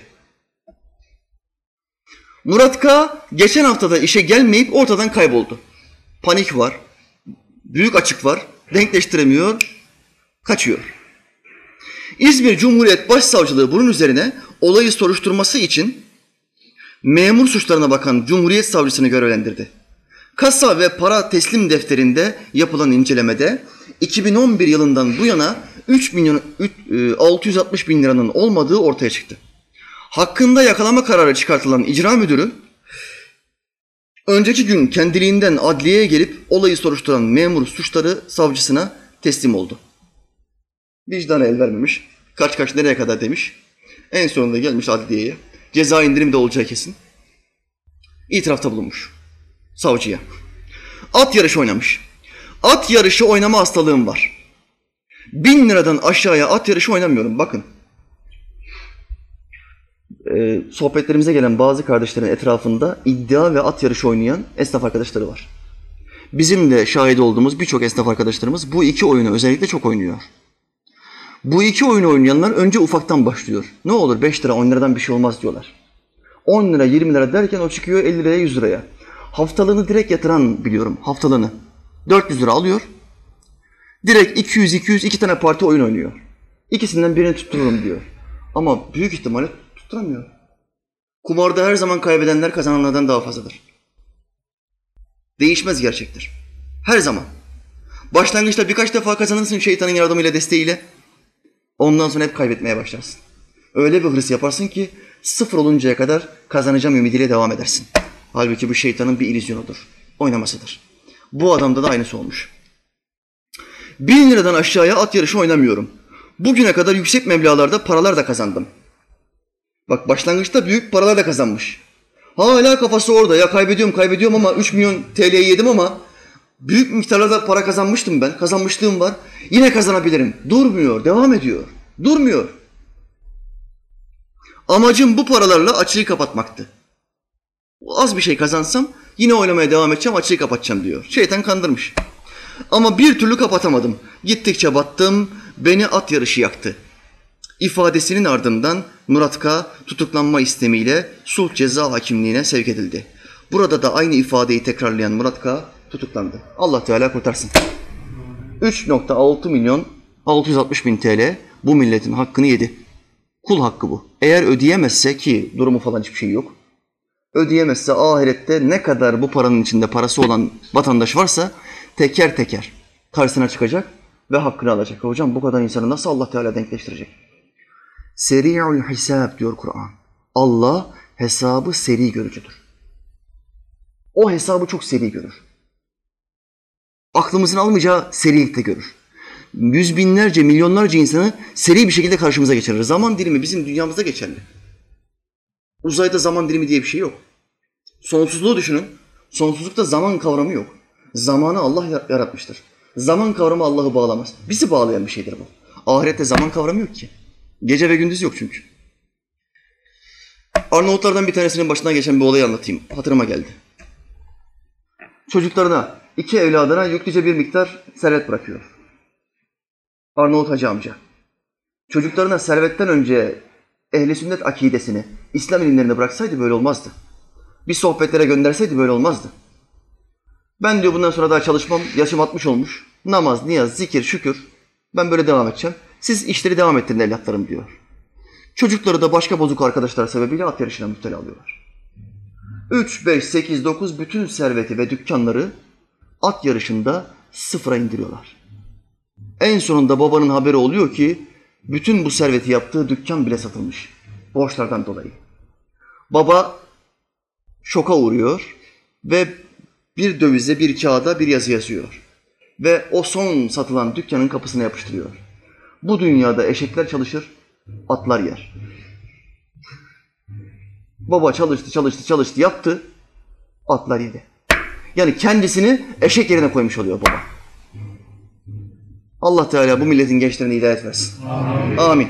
Murat K. geçen haftada işe gelmeyip ortadan kayboldu. Panik var, büyük açık var, denkleştiremiyor, kaçıyor. İzmir Cumhuriyet Başsavcılığı bunun üzerine olayı soruşturması için memur suçlarına bakan Cumhuriyet Savcısını görevlendirdi. Kasa ve para teslim defterinde yapılan incelemede iki bin on bir yılından bu yana üç milyon altı yüz altmış bin liranın olmadığı ortaya çıktı. Hakkında yakalama kararı çıkartılan icra müdürü, önceki gün kendiliğinden adliyeye gelip olayı soruşturan memur suçları savcısına teslim oldu. Vicdana el vermemiş, kaç kaç nereye kadar demiş. En sonunda gelmiş adliyeye, ceza indirimi de olacağı kesin. İtirafta bulunmuş savcıya. At yarışı oynamış. At yarışı oynama hastalığım var. Bin liradan aşağıya at yarışı oynamıyorum. Bakın. Ee, sohbetlerimize gelen bazı kardeşlerin etrafında iddia ve at yarışı oynayan esnaf arkadaşları var. Bizim de şahit olduğumuz birçok esnaf arkadaşlarımız bu iki oyunu özellikle çok oynuyor. Bu iki oyunu oynayanlar önce ufaktan başlıyor. Ne olur beş lira on liradan bir şey olmaz diyorlar. on lira yirmi lira derken o çıkıyor elli liraya yüz liraya. Haftalığını direkt yatıran biliyorum, haftalığını. dört yüz lira alıyor. Direkt iki yüz iki yüz iki tane parti oyun oynuyor. İkisinden birini tuttururum diyor. Ama büyük ihtimalle tutturamıyor. Kumarda her zaman kaybedenler kazananlardan daha fazladır. Değişmez gerçektir. Her zaman. Başlangıçta birkaç defa kazanırsın şeytanın yardımıyla, desteğiyle. Ondan sonra hep kaybetmeye başlarsın. Öyle bir hırs yaparsın ki sıfır oluncaya kadar kazanacağım ümidiyle devam edersin. Halbuki bu şeytanın bir illüzyonudur. Oynamasıdır. Bu adamda da aynısı olmuş. Bin liradan aşağıya at yarışı oynamıyorum. Bugüne kadar yüksek meblağlarda paralar da kazandım. Bak başlangıçta büyük paralar da kazanmış. Hala kafası orada. Ya kaybediyorum kaybediyorum ama üç milyon T L'yi yedim ama büyük miktarlarda para kazanmıştım ben. Kazanmışlığım var. Yine kazanabilirim. Durmuyor. Devam ediyor. Durmuyor. Amacım bu paralarla açığı kapatmaktı. Az bir şey kazansam yine oynamaya devam edeceğim, açığı kapatacağım diyor. Şeytan kandırmış. Ama bir türlü kapatamadım. Gittikçe battım, beni at yarışı yaktı. İfadesinin ardından Murat K. tutuklanma istemiyle sulh ceza hakimliğine sevk edildi. Burada da aynı ifadeyi tekrarlayan Murat K. tutuklandı. Allah Teala kurtarsın. üç nokta altı milyon altı yüz altmış bin T L bu milletin hakkını yedi. Kul hakkı bu. Eğer ödeyemezse, ki durumu falan hiçbir şey yok, ödeyemezse ahirette ne kadar bu paranın içinde parası olan vatandaş varsa teker teker karşısına çıkacak ve hakkını alacak. Hocam bu kadar insanı nasıl Allah Teala denkleştirecek? Seri'ul hisab diyor Kur'an. Allah hesabı seri görücüdür. O hesabı çok seri görür. Aklımızın almayacağı serilikte görür. Yüz binlerce, milyonlarca insanı seri bir şekilde karşımıza geçirir. Zaman dilimi bizim dünyamızda geçerli. Uzayda zaman dilimi diye bir şey yok. Sonsuzluğu düşünün. Sonsuzlukta zaman kavramı yok. Zamanı Allah yaratmıştır. Zaman kavramı Allah'ı bağlamaz. Bizi bağlayan bir şeydir bu. Ahirette zaman kavramı yok ki. Gece ve gündüz yok çünkü. Arnavutlardan bir tanesinin başından geçen bir olayı anlatayım. Hatırıma geldi. Çocuklarına, iki evladına yüklüce bir miktar servet bırakıyor Arnavut hacı amca. Çocuklarına servetten önce ehl-i sünnet akidesini, İslam ilimlerini bıraksaydı böyle olmazdı. Bir sohbetlere gönderseydi böyle olmazdı. Ben diyor bundan sonra daha çalışmam, yaşım altmış olmuş. Namaz, niyaz, zikir, şükür. Ben böyle devam edeceğim. Siz işleri devam ettirin evlatlarım diyor. Çocukları da başka bozuk arkadaşlar sebebiyle at yarışına müptela alıyorlar. Üç, beş, sekiz, dokuz bütün serveti ve dükkanları at yarışında sıfıra indiriyorlar. En sonunda babanın haberi oluyor ki bütün bu serveti yaptığı dükkan bile satılmış. Borçlardan dolayı. Baba şoka uğruyor ve bir dövize, bir kağıda bir yazı yazıyor. Ve o son satılan dükkanın kapısına yapıştırıyor. Bu dünyada eşekler çalışır, atlar yer. Baba çalıştı, çalıştı, çalıştı, yaptı, atlar yedi. Yani kendisini eşek yerine koymuş oluyor baba. Allah Teala bu milletin gençlerine hidayet versin. Amin. Amin.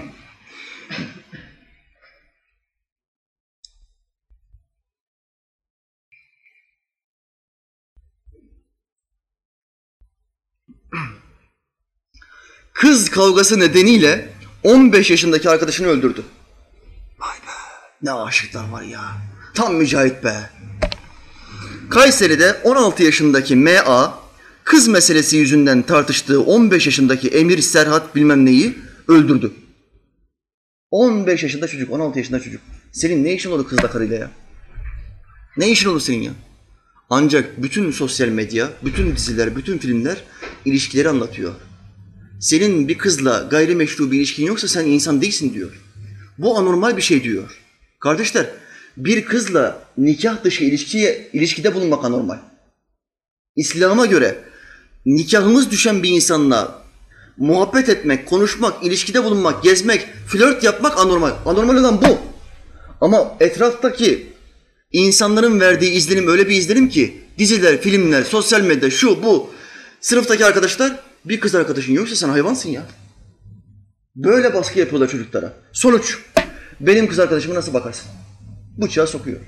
Kız kavgası nedeniyle on beş yaşındaki arkadaşını öldürdü. Vay be, ne aşıklar var ya. Tam mücahit be. Kayseri'de on altı yaşındaki M A kız meselesi yüzünden tartıştığı on beş yaşındaki Emir Serhat bilmem neyi öldürdü. on beş yaşında çocuk, on altı yaşında çocuk. Senin ne işin olur kızla karıyla ya? Ne işin olur senin ya? Ancak bütün sosyal medya, bütün diziler, bütün filmler ilişkileri anlatıyor. Senin bir kızla gayrimeşru bir ilişkin yoksa sen insan değilsin diyor. Bu anormal bir şey diyor. Kardeşler, bir kızla nikah dışı ilişkiye, ilişkide bulunmak anormal. İslam'a göre nikahımız düşen bir insanla muhabbet etmek, konuşmak, ilişkide bulunmak, gezmek, flört yapmak anormal. Anormal olan bu. Ama etraftaki insanların verdiği izlenim öyle bir izlenim ki diziler, filmler, sosyal medya, şu bu, sınıftaki arkadaşlar bir kız arkadaşın yoksa sen hayvansın ya. Böyle baskı yapıyorlar çocuklara. Sonuç, benim kız arkadaşıma nasıl bakarsın? Bıçağı sokuyor.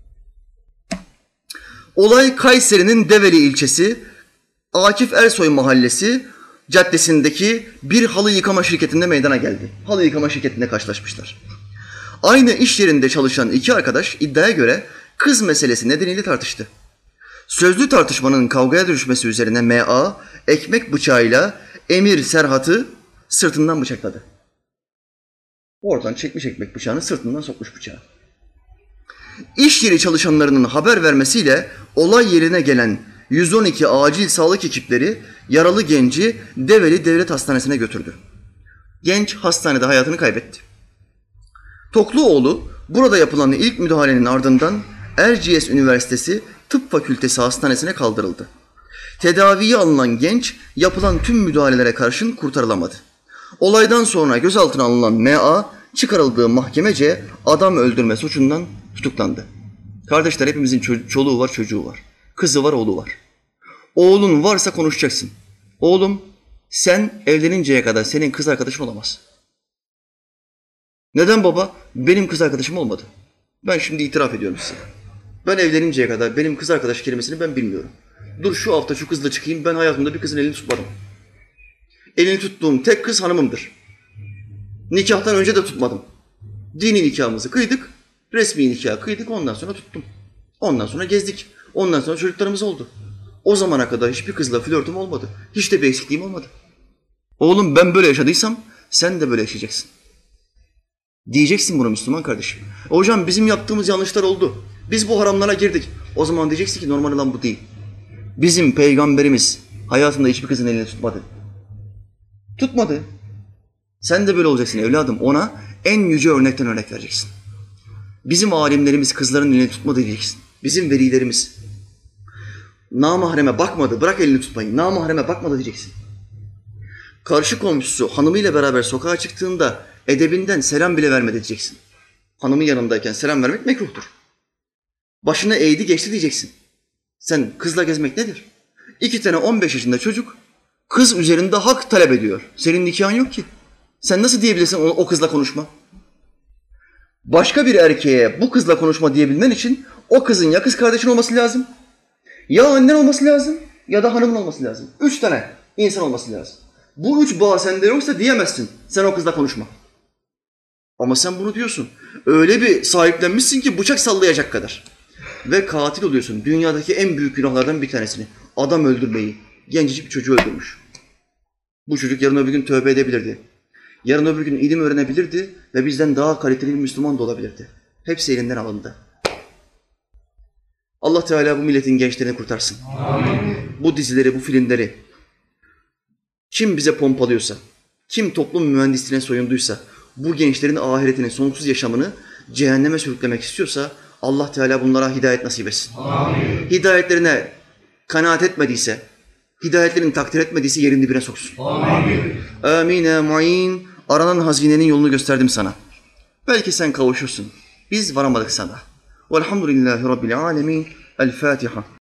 Olay Kayseri'nin Develi ilçesi, Akif Ersoy mahallesi caddesindeki bir halı yıkama şirketinde meydana geldi. Halı yıkama şirketinde karşılaşmışlar. Aynı iş yerinde çalışan iki arkadaş iddiaya göre kız meselesi nedeniyle tartıştı. Sözlü tartışmanın kavgaya dönüşmesi üzerine M A ekmek bıçağıyla Emir Serhat'ı sırtından bıçakladı. Oradan çekmiş ekmek bıçağını, sırtından sokmuş bıçağı. İş yeri çalışanlarının haber vermesiyle olay yerine gelen yüz on iki acil sağlık ekipleri yaralı genci Develi Devlet Hastanesi'ne götürdü. Genç hastanede hayatını kaybetti. Tokluoğlu burada yapılan ilk müdahalenin ardından Erciyes Üniversitesi Tıp Fakültesi Hastanesi'ne kaldırıldı. Tedaviye alınan genç yapılan tüm müdahalelere karşın kurtarılamadı. Olaydan sonra gözaltına alınan M A çıkarıldığı mahkemece adam öldürme suçundan tutuklandı. Kardeşler, hepimizin ço- çoluğu var, çocuğu var. Kızı var, oğlu var. Oğlun varsa konuşacaksın. Oğlum, sen evleninceye kadar senin kız arkadaşın olamaz. Neden baba? Benim kız arkadaşım olmadı. Ben şimdi itiraf ediyorum size. Ben evleninceye kadar benim kız arkadaş kelimesini ben bilmiyorum. Dur şu hafta şu kızla çıkayım, ben hayatımda bir kızın elini tutmadım. Elini tuttuğum tek kız hanımımdır. Nikahtan önce de tutmadım. Dini nikahımızı kıydık, resmi nikahı kıydık, ondan sonra tuttum. Ondan sonra gezdik, ondan sonra çocuklarımız oldu. O zamana kadar hiçbir kızla flörtüm olmadı. Hiç de bir eksikliğim olmadı. Oğlum, ben böyle yaşadıysam sen de böyle yaşayacaksın. Diyeceksin bunu Müslüman kardeşim. Hocam bizim yaptığımız yanlışlar oldu. Biz bu haramlara girdik. O zaman diyeceksin ki normal olan bu değil. Bizim peygamberimiz hayatında hiçbir kızın elini tutmadı. Tutmadı. Sen de böyle olacaksın evladım. Ona en yüce örnekten örnek vereceksin. Bizim alimlerimiz kızların elini tutmadı diyeceksin. Bizim velilerimiz namahreme bakmadı, bırak elini tutmayı, namahreme bakmadı diyeceksin. Karşı komşusu hanımıyla beraber sokağa çıktığında edebinden selam bile vermedi diyeceksin. Hanımın yanındayken selam vermek mekruhtur. Başını eğdi geçti diyeceksin. Sen kızla gezmek nedir? İki tane on beş yaşında çocuk kız üzerinde hak talep ediyor. Senin nikahın yok ki. Sen nasıl diyebilirsin o, o kızla konuşma? Başka bir erkeğe bu kızla konuşma diyebilmen için o kızın ya kız kardeşin olması lazım, ya annen olması lazım, ya da hanımın olması lazım. Üç tane insan olması lazım. Bu üç bağ sende yoksa diyemezsin. Sen o kızla konuşma. Ama sen bunu diyorsun. Öyle bir sahiplenmişsin ki bıçak sallayacak kadar. Ve katil oluyorsun. Dünyadaki en büyük günahlardan bir tanesini. Adam öldürmeyi. Gencecik bir çocuğu öldürmüş. Bu çocuk yarın öbür gün tövbe edebilirdi. Yarın öbür gün ilim öğrenebilirdi ve bizden daha kaliteli bir Müslüman da olabilirdi. Hepsi elinden alındı. Allah Teala bu milletin gençlerini kurtarsın. Amin. Bu dizileri, bu filmleri kim bize pompalıyorsa, kim toplum mühendisliğine soyunduysa, bu gençlerin ahiretini, sonsuz yaşamını cehenneme sürüklemek istiyorsa Allah Teala bunlara hidayet nasip etsin. Amin. Hidayetlerine kanaat etmediyse, hidayetlerini takdir etmediyse yerin dibine soksun. Amin. Amine mu'in. Aranan hazinenin yolunu gösterdim sana. Belki sen kavuşursun. Biz varamadık sana. Velhamdülillahi Rabbil alemin. El Fatiha.